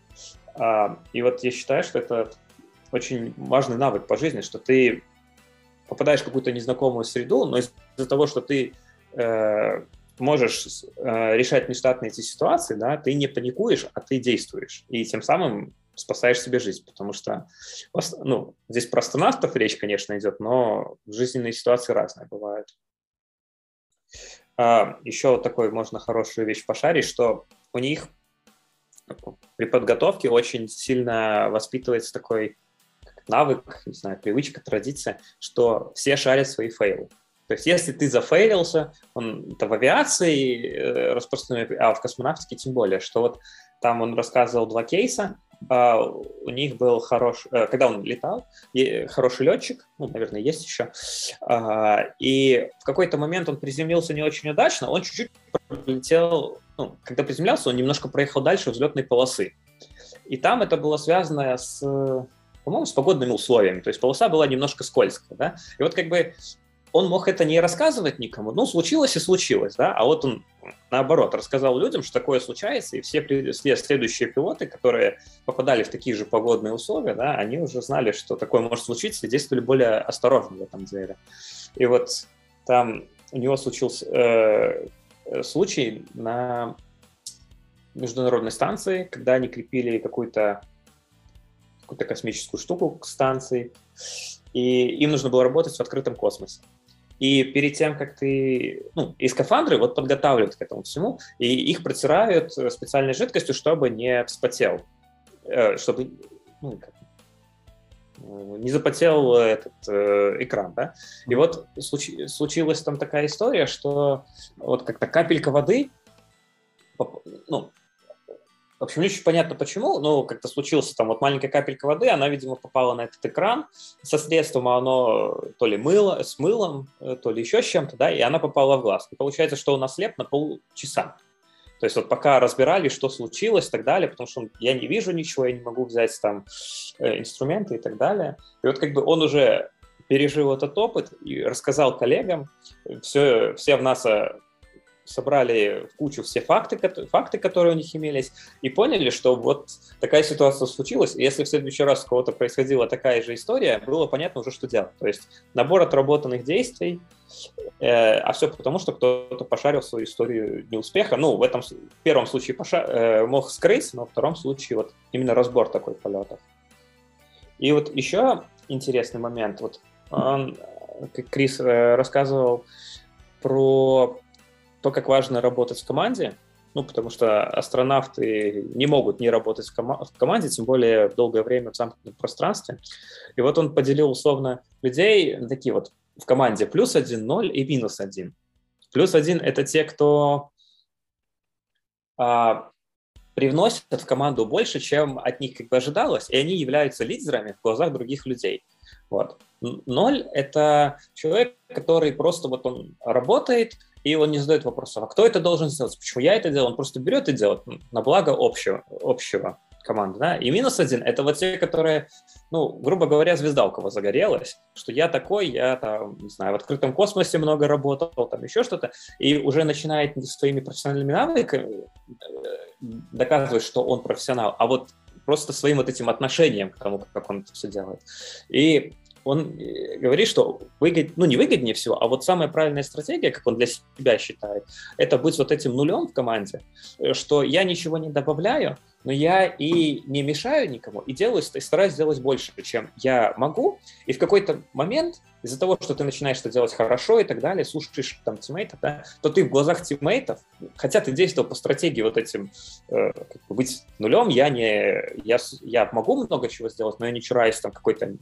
S1: И вот я считаю, что это очень важный навык по жизни, что ты попадаешь в какую-то незнакомую среду, но из-за того, что ты э, можешь э, решать нештатные эти ситуации, да, ты не паникуешь, а ты действуешь. И тем самым спасаешь себе жизнь, потому что ну, здесь про астронавтов речь, конечно, идет, но жизненные ситуации разные бывают. А, еще вот такой можно хорошую вещь пошарить, что у них при подготовке очень сильно воспитывается такой навык, не знаю, привычка, традиция, что все шарят свои фейлы. То есть если ты зафейлился, он, это в авиации э, распространено, а в космонавтике тем более, что вот там он рассказывал два кейса, э, у них был хороший, э, когда он летал, и, хороший летчик, ну, наверное, есть еще, э, и в какой-то момент он приземлился не очень удачно, он чуть-чуть пролетел, ну, когда приземлялся, он немножко проехал дальше взлетной полосы. И там это было связано с по-моему, с погодными условиями, то есть полоса была немножко скользкая, да, и вот как бы он мог это не рассказывать никому, ну, случилось и случилось, да, а вот он, наоборот, рассказал людям, что такое случается, и все, все следующие пилоты, которые попадали в такие же погодные условия, да, они уже знали, что такое может случиться, и действовали более осторожно в этом деле. И вот там у него случился э, случай на международной станции, когда они крепили какую-то какую-то космическую штуку к станции, и им нужно было работать в открытом космосе. И перед тем, как ты... Ну, и скафандры вот подготавливают к этому всему, и их протирают специальной жидкостью, чтобы не вспотел, чтобы ну, как, не запотел этот э, экран, да. И вот случ, случилась там такая история, что вот как-то капелька воды, ну, в общем, не очень понятно почему, но как-то случился там вот маленькая капелька воды, она, видимо, попала на этот экран со средством, а оно то ли мыло, с мылом, то ли еще с чем-то, да, и она попала в глаз. И получается, что он ослеп на полчаса. То есть вот пока разбирали, что случилось и так далее, потому что он, я не вижу ничего, я не могу взять там э, инструменты и так далее. И вот как бы он уже пережил этот опыт и рассказал коллегам, все, все в НАСА собрали в кучу все факты, факты, которые у них имелись, и поняли, что вот такая ситуация случилась, и если в следующий раз у кого-то происходила такая же история, было понятно уже, что делать. То есть набор отработанных действий, э, а все потому, что кто-то пошарил свою историю неуспеха. Ну, в этом в первом случае поша, э, мог скрыть, но во втором случае вот именно разбор такой полетов. И вот еще интересный момент. Вот он, Крис э, рассказывал про то, как важно работать в команде, ну, потому что астронавты не могут не работать в, кома- в команде, тем более долгое время в замкнутом пространстве. И вот он поделил условно людей на такие вот в команде плюс один, ноль и минус один. Плюс один – это те, кто а, привносят в команду больше, чем от них как бы ожидалось, и они являются лидерами в глазах других людей. Вот. Ноль – это человек, который просто вот он работает, и он не задает вопросов, а кто это должен сделать, почему я это делаю, он просто берет и делает на благо общего, общего команды. Да? И минус один – это вот те, которые, ну, грубо говоря, звезда у кого загорелась, что я такой, я там, не знаю, в открытом космосе много работал, там еще что-то, и уже начинает своими профессиональными навыками доказывать, что он профессионал, а вот просто своим вот этим отношением к тому, как он это все делает. И он говорит, что выгод... ну, не выгоднее всего, а вот самая правильная стратегия, как он для себя считает, это быть вот этим нулем в команде, что я ничего не добавляю, но я и не мешаю никому, и делаю, и стараюсь сделать больше, чем я могу, и в какой-то момент из-за того, что ты начинаешь это делать хорошо и так далее, слушаешь там тиммейтов, да, то ты в глазах тиммейтов, хотя ты действовал по стратегии вот этим, э, как бы быть нулем, я не, я, я могу много чего сделать, но я не чураюсь там какой-то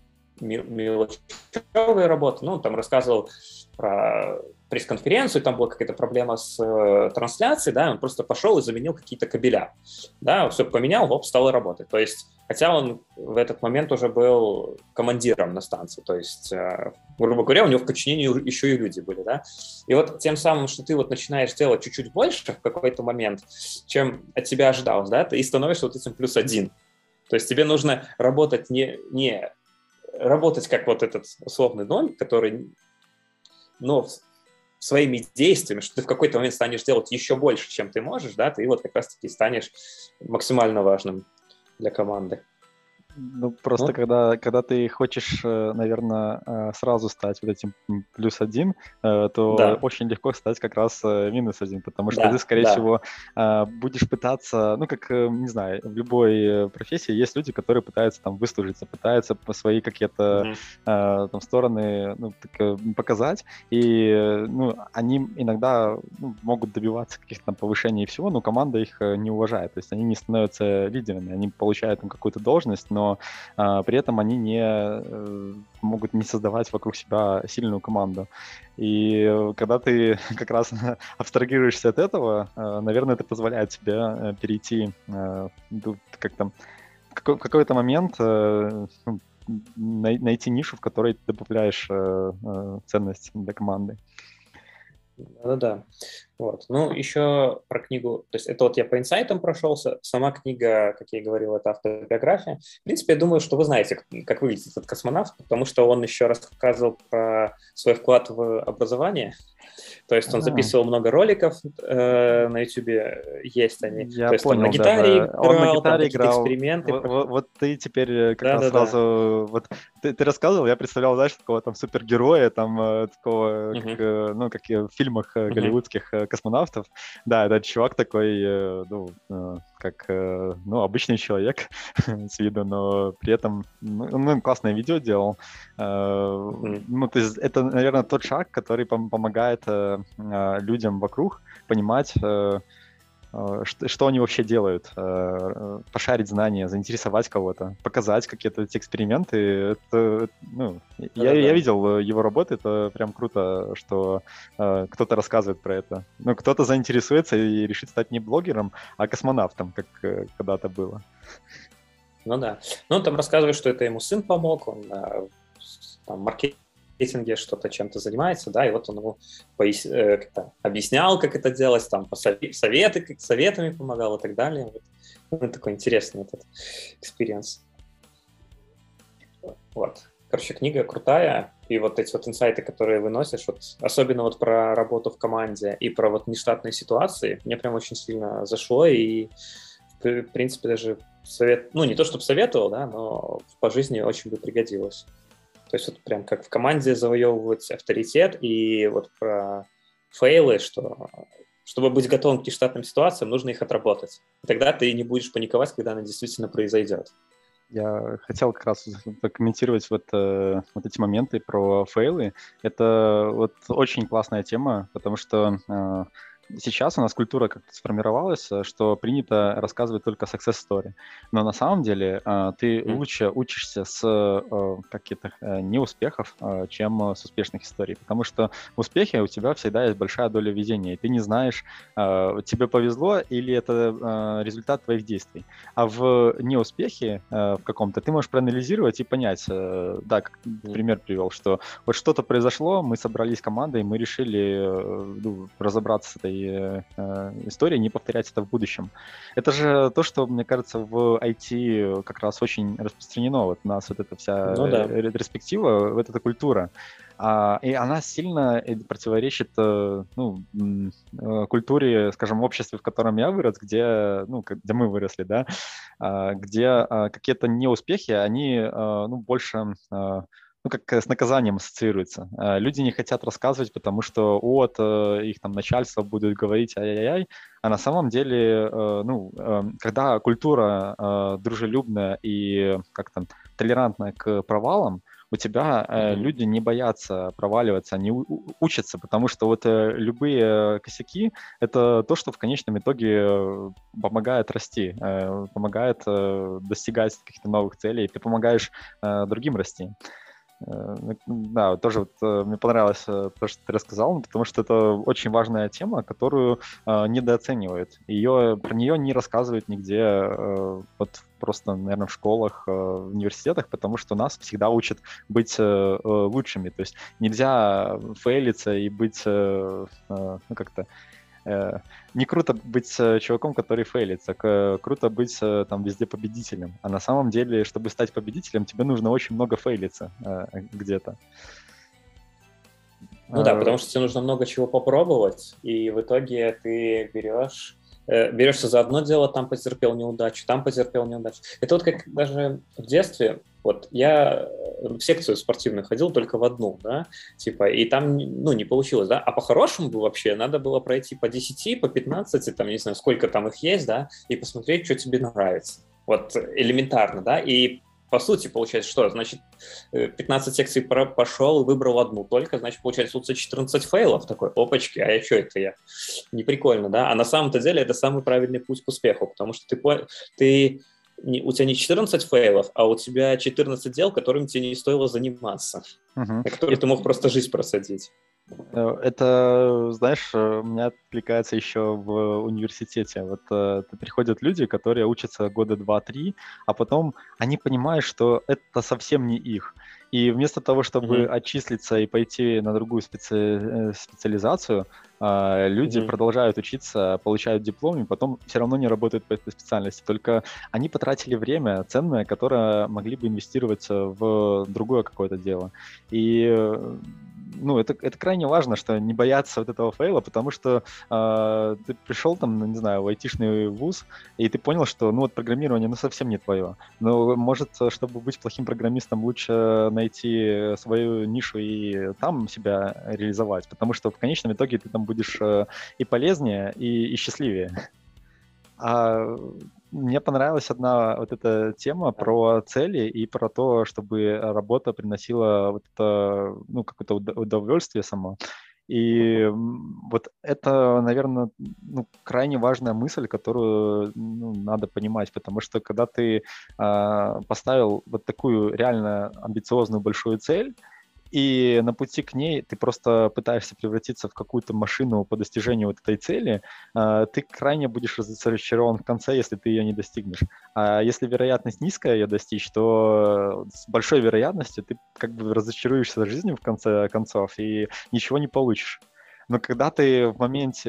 S1: мелочевые работы. Ну, он там рассказывал про пресс-конференцию, там была какая-то проблема с э, трансляцией, да, он просто пошел и заменил какие-то кабеля. Да, все поменял, оп, стало работать. То есть, хотя он в этот момент уже был командиром на станции, то есть, э, грубо говоря, у него в подчинении еще и люди были, да. И вот тем самым, что ты вот начинаешь делать чуть-чуть больше в какой-то момент, чем от тебя ожидалось, да, ты и становишься вот этим плюс один. То есть тебе нужно работать не, не работать как вот этот условный ноль, который, но своими действиями, что ты в какой-то момент станешь делать еще больше, чем ты можешь, да, ты вот как раз-таки станешь максимально важным для команды.
S2: Ну, просто ну? Когда, когда ты хочешь, наверное, сразу стать вот этим плюс один, то да. очень легко стать как раз минус один, потому что да, ты, скорее да. всего, будешь пытаться, ну, как, не знаю, в любой профессии есть люди, которые пытаются там выслужиться, пытаются по свои какие-то mm-hmm. там стороны ну, так, показать, и ну, они иногда ну, могут добиваться каких-то там повышений и всего, но команда их не уважает, то есть они не становятся лидерами, они получают там какую-то должность, но но а, при этом они не э, могут не создавать вокруг себя сильную команду. И когда ты как раз абстрагируешься от этого, э, наверное, это позволяет тебе перейти э, как-то в какой-то момент э, найти нишу, в которой ты добавляешь э, ценность для команды.
S1: Да-да. Вот. Ну, еще про книгу, то есть это вот я по инсайтам прошелся, сама книга, как я и говорил, это автобиография. В принципе, я думаю, что вы знаете, как выглядит этот космонавт, потому что он еще рассказывал про свой вклад в образование. То есть он
S2: А,
S1: записывал много роликов, э, на YouTube есть они.
S2: я
S1: То есть он на
S2: понял
S1: гитаре
S2: даже. Он на
S1: играл, там
S2: гитаре
S1: какие-то
S2: играл.
S1: эксперименты
S2: Вот, вот,
S1: проходил.
S2: вот ты теперь э, как раз
S1: Да-да-да.
S2: сразу... Вот ты, ты рассказывал, я представлял, знаешь, такого там супергероя, там э, такого, как,
S1: Мгм.
S2: э, ну, как и в фильмах э,
S1: Мгм.
S2: голливудских э, космонавтов. Да, этот чувак такой, э, ну, э, как, э, ну, обычный человек с виду, но при этом, ну, ну, классное видео делал. Э,
S1: Мгм.
S2: Ну, то есть это, наверное, тот шаг, который пом- помогает э, э, людям вокруг понимать, э, э, что, что они вообще делают, э, э, пошарить знания, заинтересовать кого-то, показать какие-то эти эксперименты. Это, ну, я, я
S1: Да-да-да.
S2: видел э, его работы, это прям круто, что э, кто-то рассказывает про это. Ну, кто-то заинтересуется и решит стать не блогером, а космонавтом, как э, когда-то было.
S1: Ну да. Ну, он там рассказывает, что это ему сын помог, он э, с- там, маркетинге что-то чем-то занимается, да, и вот он ему пояс- э, как-то объяснял, как это делать, там, посове- советы, как советами помогал и так далее. Вот. Ну, такой интересный этот экспириенс. Вот. Короче, книга крутая, и вот эти вот инсайты, которые выносишь, вот, особенно вот про работу в команде и про вот нештатные ситуации, мне прям очень сильно зашло, и в принципе даже совет, ну не то чтобы советовал, да, но по жизни очень бы пригодилось. То есть вот прям как в команде завоевывать авторитет, и вот про фейлы, что чтобы быть готовым к нештатным ситуациям, нужно их отработать. И тогда ты не будешь паниковать, когда она действительно произойдет.
S2: Я хотел как раз прокомментировать вот, э, вот эти моменты про фейлы. Это вот очень классная тема, потому что э, сейчас у нас культура как-то сформировалась, э, что принято рассказывать только success story. Но на самом деле э, ты
S1: Mm.
S2: лучше учишься с э, каких-то э, неуспехов, э, чем э, с успешных историй. Потому что в успехе у тебя всегда есть большая доля везения, и ты не знаешь, э, тебе повезло или это э, результат твоих действий. А в неуспехе э, в каком-то ты можешь проанализировать и понять, э, да, как
S1: Mm.
S2: пример привел, что вот что-то произошло, мы собрались командой, мы решили э, ну, разобраться с этой э, э, историей, не повторять это в будущем. Это же то, что, мне кажется, в ай ти как раз очень распространено. Вот у нас вот эта вся
S1: Ну да.
S2: ретроспектива, вот эта культура. А, и она сильно э, противоречит э, ну, м, э, культуре, скажем, обществе, в котором я вырос, где, ну, как- где мы выросли, да, а, где а, какие-то неуспехи, они а, ну, больше а, ну, как с наказанием ассоциируются. А, Люди не хотят рассказывать, потому что вот э, их там начальство будет говорить ай-яй-яй, а на самом деле, э, ну, э, когда культура э, дружелюбная и как-то толерантная к провалам, у тебя э,
S1: Мгм.
S2: люди не боятся проваливаться, они у- у- учатся, потому что вот э, любые косяки — это то, что в конечном итоге э, помогает расти, э, помогает э, достигать каких-то новых целей, ты помогаешь э, другим расти. Э, Да, вот тоже вот, э, мне понравилось э, то, что ты рассказал, потому что это очень важная тема, которую э, недооценивают. Ее, про нее не рассказывают нигде, э, вот просто, наверное, в школах, э, в университетах, потому что нас всегда учат быть э, э, лучшими. То есть нельзя фейлиться и быть, э, э, ну, как-то Э, не круто быть э, чуваком, который фейлится, к- круто быть э, там везде победителем. А на самом деле, чтобы стать победителем, тебе нужно очень много фейлиться э, где-то.
S1: Ну да,
S2: Э,
S1: потому что тебе нужно много чего попробовать, и в итоге ты берешь, э, берешься за одно дело, там потерпел неудачу, там потерпел неудачу. Это вот как даже в детстве, вот я в секцию спортивную ходил только в одну, да, типа, и там, ну, не получилось, да, а по-хорошему бы вообще надо было пройти по десяти, по пятнадцати, там, не знаю, сколько там их есть, да, и посмотреть, что тебе нравится. Вот элементарно, да, и по сути, получается, что? Значит, пятнадцать секций пошел и выбрал одну только, значит, получается, у тебя четырнадцать фейлов. Такой, опачки, а я что это я? Не прикольно, да? А на самом-то деле это самый правильный путь к успеху, потому что ты, ты не, у тебя не четырнадцать фейлов, а у тебя четырнадцать дел, которыми тебе не стоило заниматься,
S2: мгм.
S1: на
S2: И
S1: которые ты мог просто жизнь просадить.
S2: Э, Это, знаешь, э, у меня откликается еще в университете. Вот э, т- приходят люди, которые учатся года два-три, а потом они понимают, что это совсем не их. И вместо того, чтобы
S1: Мгм.
S2: отчислиться и пойти на другую специ- э, специализацию, а, люди
S1: Мгм.
S2: продолжают учиться, получают диплом, и потом все равно не работают по этой специальности. Только они потратили время ценное, которое могли бы инвестировать э, в другое какое-то дело. И э, ну, это, это крайне важно, что не бояться вот этого фейла, потому что э, ты пришел там, ну, не знаю, в айтишный вуз, и ты понял, что ну вот программирование ну совсем не твое. Но может, чтобы быть плохим программистом, лучше найти свою нишу и там себя реализовать, потому что в конечном итоге ты там будешь э, и полезнее, и, и счастливее. А мне понравилась одна вот эта тема
S1: Да.
S2: про цели и про то, чтобы работа приносила вот это, ну, какое-то уда- удовольствие само. И м, вот это, наверное, ну, крайне важная мысль, которую ну, надо понимать, потому что когда ты а, поставил вот такую реально амбициозную большую цель, и на пути к ней ты просто пытаешься превратиться в какую-то машину по достижению вот этой цели, а, ты крайне будешь разочарован в конце, если ты ее не достигнешь. А если вероятность низкая ее достичь, то с большой вероятностью ты как бы разочаруешься жизнью в конце концов и ничего не получишь. Но когда ты в моменте,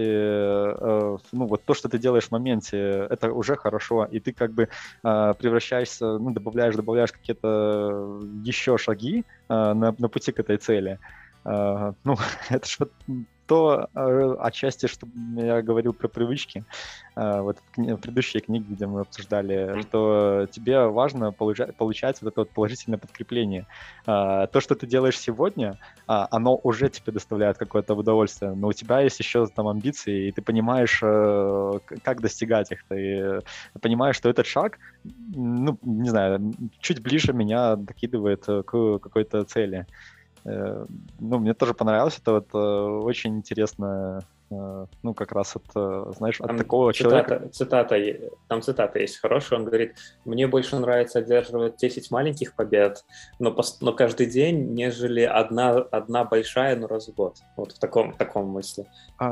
S2: э, ну вот то, что ты делаешь в моменте, это уже хорошо, и ты как бы э, превращаешься, ну добавляешь, добавляешь какие-то еще шаги, э, на, на пути к этой цели. Э, ну, это же вот то э, отчасти, что я говорил про привычки. Э, вот в, кни- в предыдущей книге, где мы обсуждали,
S1: Мгм.
S2: что тебе важно получать, получать вот это вот положительное подкрепление. Э, то, что ты делаешь сегодня, а, оно уже тебе доставляет какое-то удовольствие, но у тебя есть еще там амбиции, и ты понимаешь, э, к- как достигать их. Ты понимаешь, что этот шаг, ну, не знаю, чуть ближе меня докидывает э, к какой-то цели. Э, Ну, мне тоже понравилось. Это вот э, очень интересно, э, ну, как раз от, э, знаешь, от
S1: Там
S2: такого человека.
S1: цитата, цитата, е- там цитата есть хорошая, он говорит: «Мне больше нравится одерживать десять маленьких побед, но, пос- но каждый день, нежели одна, одна большая, но раз в год». Вот в таком, в таком мысли.
S2: А,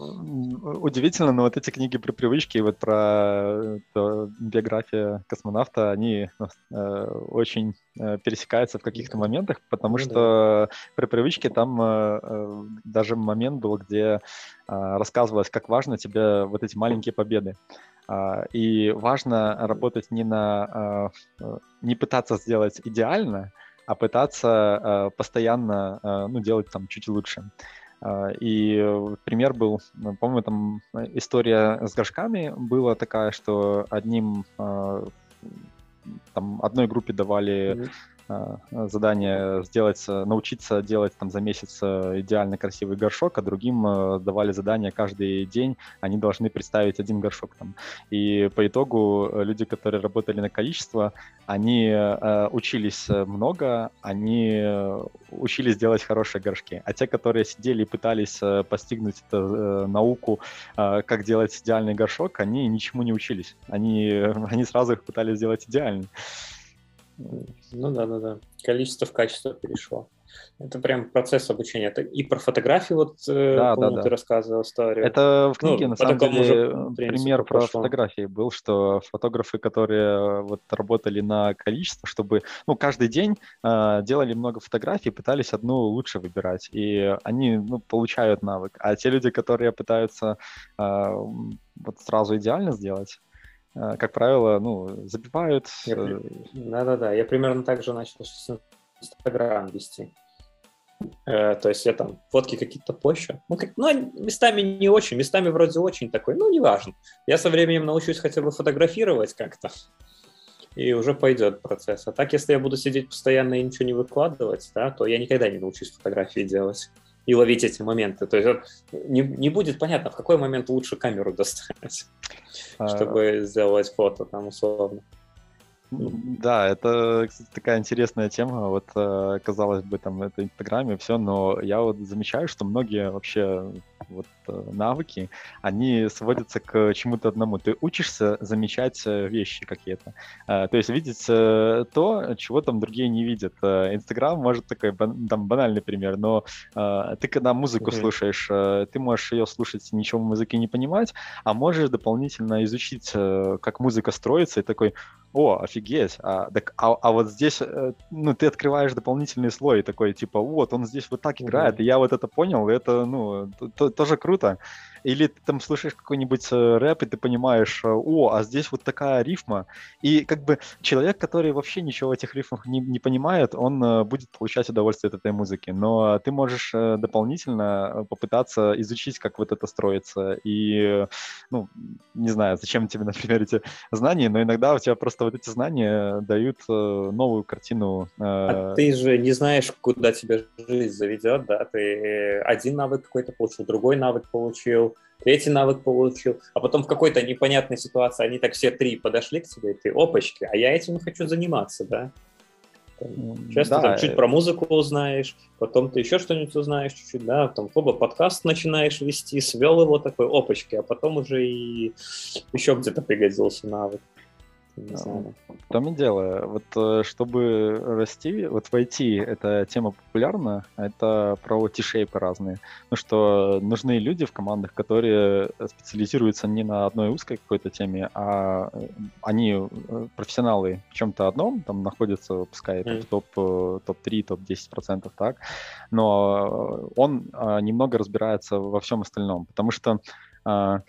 S2: м, Удивительно, но вот эти книги про привычки, вот про э, биография космонавта, они э, очень э, пересекаются в каких-то моментах, потому
S1: Ну да.
S2: что при привычке там э, э, даже момент был, где э, рассказывалось, как важно тебе вот эти маленькие победы. А, И важно работать не на... э, э, не пытаться сделать идеально, а пытаться э, постоянно э, ну, делать там чуть лучше. А, И э, пример был, ну, по-моему, там э, история с горшками была такая, что одним а, там одной группе давали
S1: Мгм.
S2: а, задание сделать, э, научиться делать там за месяц э, идеально красивый горшок, а другим э, давали задание каждый день, они должны представить один горшок там. И по итогу э, люди, которые работали на количество, они э, учились э, много, они э, учились делать хорошие горшки. А те, которые сидели и пытались э, постигнуть эту э, науку, э, как делать идеальный горшок, они ничему не учились. Они, они сразу их пытались сделать идеальным.
S1: Ну да, да, да. Количество в качество перешло. Это прям процесс обучения. Это и про фотографии, вот, э,
S2: Да, да,
S1: помню, ты
S2: да.
S1: рассказывал историю.
S2: Это в книге,
S1: Ну,
S2: на
S1: по
S2: самом
S1: такому же
S2: деле, пример
S1: принципу
S2: про
S1: пошло.
S2: фотографии был, что фотографы, которые вот работали на количество, чтобы, ну, каждый день э, делали много фотографий, пытались одну лучше выбирать, и они, ну, получают навык. А те люди, которые пытаются э, вот сразу идеально сделать, э, как правило, ну, забивают.
S1: Я
S2: э,
S1: при- Да-да-да, я примерно так же начал с Инстаграм вести. Э, то есть я там фотки какие-то пощу. Ну, как, ну, они местами не очень, местами вроде очень такой, ну, неважно. Я со временем научусь хотя бы фотографировать как-то, и уже пойдет процесс. А так, если я буду сидеть постоянно и ничего не выкладывать, да, то я никогда не научусь фотографии делать и ловить эти моменты. То есть вот не, не будет понятно, в какой момент лучше камеру достать,
S2: э,
S1: чтобы сделать фото там условно.
S2: Да, это, кстати, такая интересная тема. Вот, э, казалось бы, там, это Инстаграме, все, но я вот замечаю, что многие вообще вот э, навыки, они сводятся к чему-то одному. Ты учишься замечать э, вещи какие-то. Э, То есть видеть э, то, чего там другие не видят. Э, Инстаграм может такой бан- там банальный пример, но э, ты когда музыку
S1: Мгм.
S2: слушаешь, э, ты можешь ее слушать, ничего в музыке не понимать, а можешь дополнительно изучить, э, как музыка строится, и такой, о, офигеть, а, так, а, а вот здесь, э, ну, ты открываешь дополнительный слой, такой, типа, вот, он здесь вот так играет,
S1: Мгм.
S2: и я вот это понял, и это, ну, т- т- тоже круто. Или ты там слышишь какой-нибудь э, рэп, и ты понимаешь, э, о, а здесь вот такая рифма, и как бы человек, который вообще ничего в этих рифмах не, не понимает, он э, будет получать удовольствие от этой музыки, но ты можешь э, дополнительно э, попытаться изучить, как вот это строится, и, э, ну, не знаю, зачем тебе, например, эти знаний, но иногда у тебя просто вот эти знания дают э, новую картину.
S1: А
S2: э,
S1: ты же не знаешь, куда тебя жизнь заведет, да? Ты один навык какой-то получил, другой навык получил, третий навык получил, а потом в какой-то непонятной ситуации они так все три подошли к тебе, и ты, опачки, а я этим хочу заниматься, да? Там,
S2: м,
S1: Сейчас ты там
S2: Да,
S1: чуть
S2: э,
S1: про музыку узнаешь, потом ты еще что-нибудь узнаешь чуть-чуть, да, там оба подкаст начинаешь вести, свел его такой, опачки, а потом уже и еще где-то пригодился навык, не
S2: м,
S1: знаю.
S2: в том и дело. Вот э, чтобы расти, вот в ай ти эта тема популярна, это про T-шейпы разные. Ну что нужны люди в командах, которые специализируются не на одной узкой какой-то теме, а э, они э, профессионалы в чем-то одном, там находятся, пускай там в
S1: М.
S2: топ, э, топ-три, топ-десять процентов, так, но он а, немного разбирается во всем остальном, потому что а,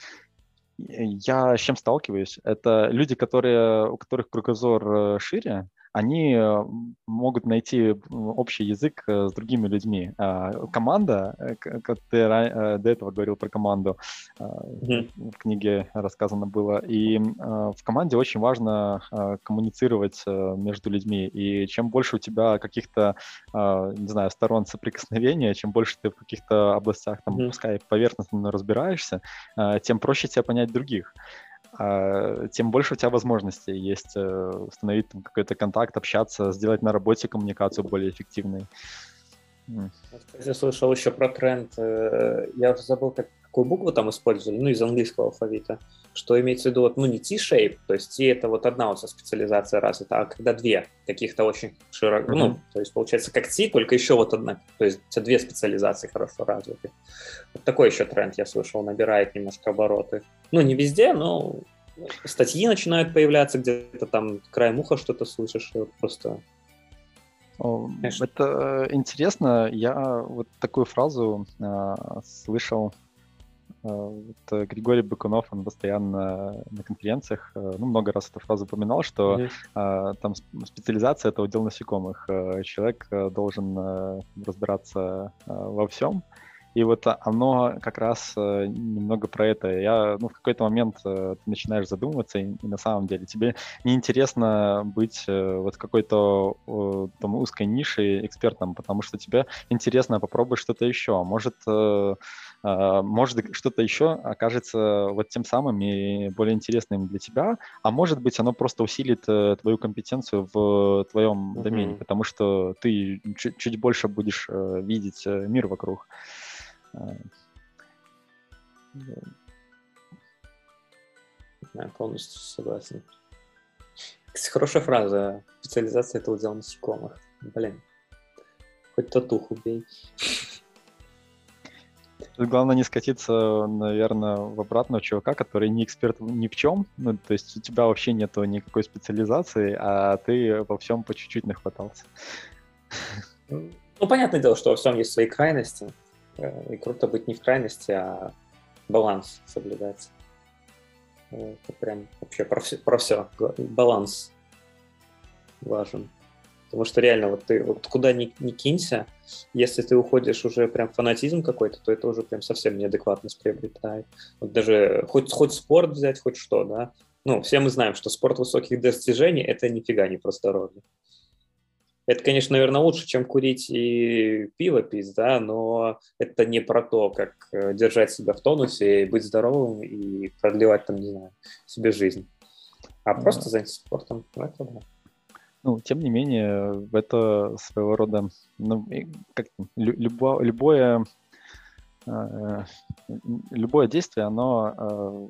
S2: я с чем сталкиваюсь? Это люди, которые, у которых кругозор э, шире, они э, могут найти м, общий язык э, с другими людьми. А команда, э, к- как ты ра- э, до этого говорил про команду, э,
S1: Мгм.
S2: в книге рассказано было, и м, э, в команде очень важно э, коммуницировать э, между людьми, и чем больше у тебя каких-то, э, не знаю, сторон соприкосновения, чем больше ты в каких-то областях, там,
S1: Мгм.
S2: пускай поверхностно разбираешься, э, тем проще тебя понять других, а, тем больше у тебя возможностей есть э, установить там какой-то контакт, общаться, сделать на работе коммуникацию более эффективной. М.
S1: Я слышал еще про тренд, э, я уже забыл, как, какую букву там использовали, ну, из английского алфавита, что имеется в виду, вот, ну, не T-shape, то есть T это вот одна у тебя специализация развита, а когда две каких-то очень широко,
S2: Мгм.
S1: ну, то есть получается как T, только еще вот одна, то есть у тебя две специализации хорошо развиты. Вот такой еще тренд, я слышал, набирает немножко обороты. Ну, не везде, но статьи начинают появляться, где-то там краем уха что-то слышишь, и вот просто,
S2: О,
S1: знаешь,
S2: Это э, интересно. Я вот такую фразу а, слышал. а, вот, э, Григорий Быкунов, он постоянно на конференциях, э, ну, много раз эту фразу упоминал, что
S1: мгм,
S2: а, там сп- специализация — это удел насекомых. Э, Человек э, должен э, разбираться э, во всем. И вот а- оно как раз э, немного про это. Я, ну, в какой-то момент э, ты начинаешь задумываться, и, и на самом деле тебе неинтересно быть э, вот в какой-то э, там узкой нише экспертом, потому что тебе интересно попробовать что-то еще. Может, э, э, может что-то еще окажется вот тем самым и более интересным для тебя, а может быть, оно просто усилит э, твою компетенцию в твоем домене,
S1: мгм.
S2: потому что ты чуть, чуть больше будешь э, видеть э, мир вокруг. Э,
S1: Да, полностью согласен. Кстати, хорошая фраза. Специализация — это удел насекомых. Блин, хоть татуху бей.
S2: Тут главное не скатиться, наверное, в обратного чувака, который не эксперт ни в чем. Ну, то есть у тебя вообще нету никакой специализации, а ты во всем по чуть-чуть нахватался.
S1: Ну, понятное дело, что во всем есть свои крайности. Э, И круто быть не в крайности, а баланс соблюдать. Э, Это прям вообще про все. Про все. Баланс важен. Потому что реально, вот ты вот куда ни, ни кинься, если ты уходишь уже прям в фанатизм какой-то, то это уже прям совсем неадекватность приобретает. Вот даже хоть, хоть спорт взять, хоть что, да. Ну, все мы знаем, что спорт высоких достижений – это нифига не про здоровье. Это, конечно, наверное, лучше, чем курить и пиво пить, да, но это не про то, как э, держать себя в тонусе, быть здоровым и продлевать, там, не знаю, себе жизнь. А
S2: Э,
S1: просто заняться спортом, ну, это да.
S2: Ну, тем не менее, это своего рода, ну, и как лю- любо- любое, э, любое действие, оно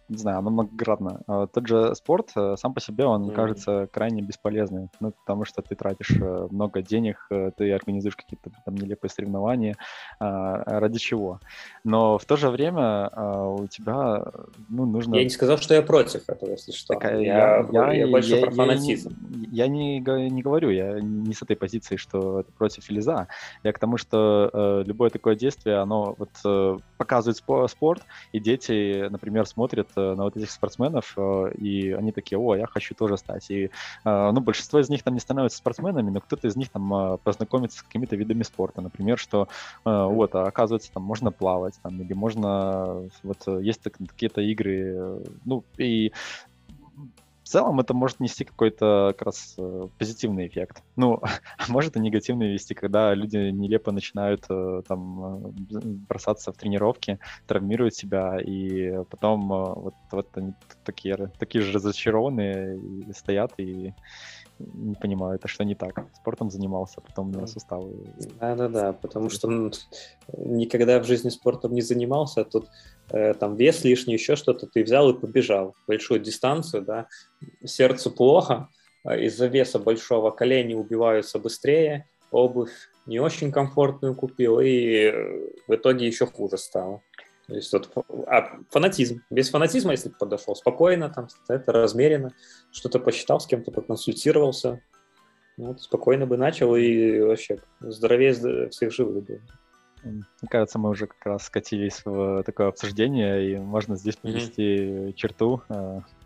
S2: не знаю, оно многогранно. А Тот же спорт э, сам по себе, он
S1: Мгм.
S2: кажется крайне бесполезным, ну, потому что ты тратишь э, много денег, э, ты организуешь какие-то там нелепые соревнования, а, а ради чего? Но в то же время а, у тебя, э, ну,
S1: Я
S2: нужно
S1: не сказал, что я против этого, если что.
S2: такая, я,
S1: Я,
S2: я,
S1: я больше
S2: я,
S1: про
S2: я, и не,
S1: фанатизм.
S2: я не, го- не говорю, я не с этой позиции, что это против или за. Я к тому, что э, любое такое действие, оно вот э, показывает спо- спорт, и дети, например, смотрят э, на вот этих спортсменов, э, и они такие, о, я хочу тоже стать. И, э, ну, большинство из них там не становятся спортсменами, но кто-то из них там э, познакомится с какими-то видами спорта. Например, что э, вот, а оказывается, там можно плавать, там, или можно, вот, э, есть так- какие-то игры, э, ну, и в целом это может нести какой-то как раз э, позитивный эффект. Ну, а может и негативный вести, когда люди нелепо начинают э, там э, б- бросаться в тренировки, травмируют себя, и потом э, вот, вот они т- такие, р- такие же разочарованные и стоят и не понимают, а что не так. Спортом занимался, потом у меня суставы.
S1: Да-да-да, потому что м, никогда в жизни спортом не занимался, а тут э, там вес лишний, еще что-то, ты взял и побежал большую дистанцию, да, сердцу плохо, а из-за веса большого колени убиваются быстрее, обувь не очень комфортную купил, и э, в итоге еще хуже стало. То есть вот, ф- а фанатизм. Без фанатизма, если бы подошел спокойно, там, это размеренно, что-то посчитал, с кем-то поконсультировался, ну, вот спокойно бы начал и вообще здоровее зд- всех живых был.
S2: М, Мне кажется, мы уже как раз скатились в такое обсуждение, и можно здесь
S1: Мгм.
S2: подвести черту. Э,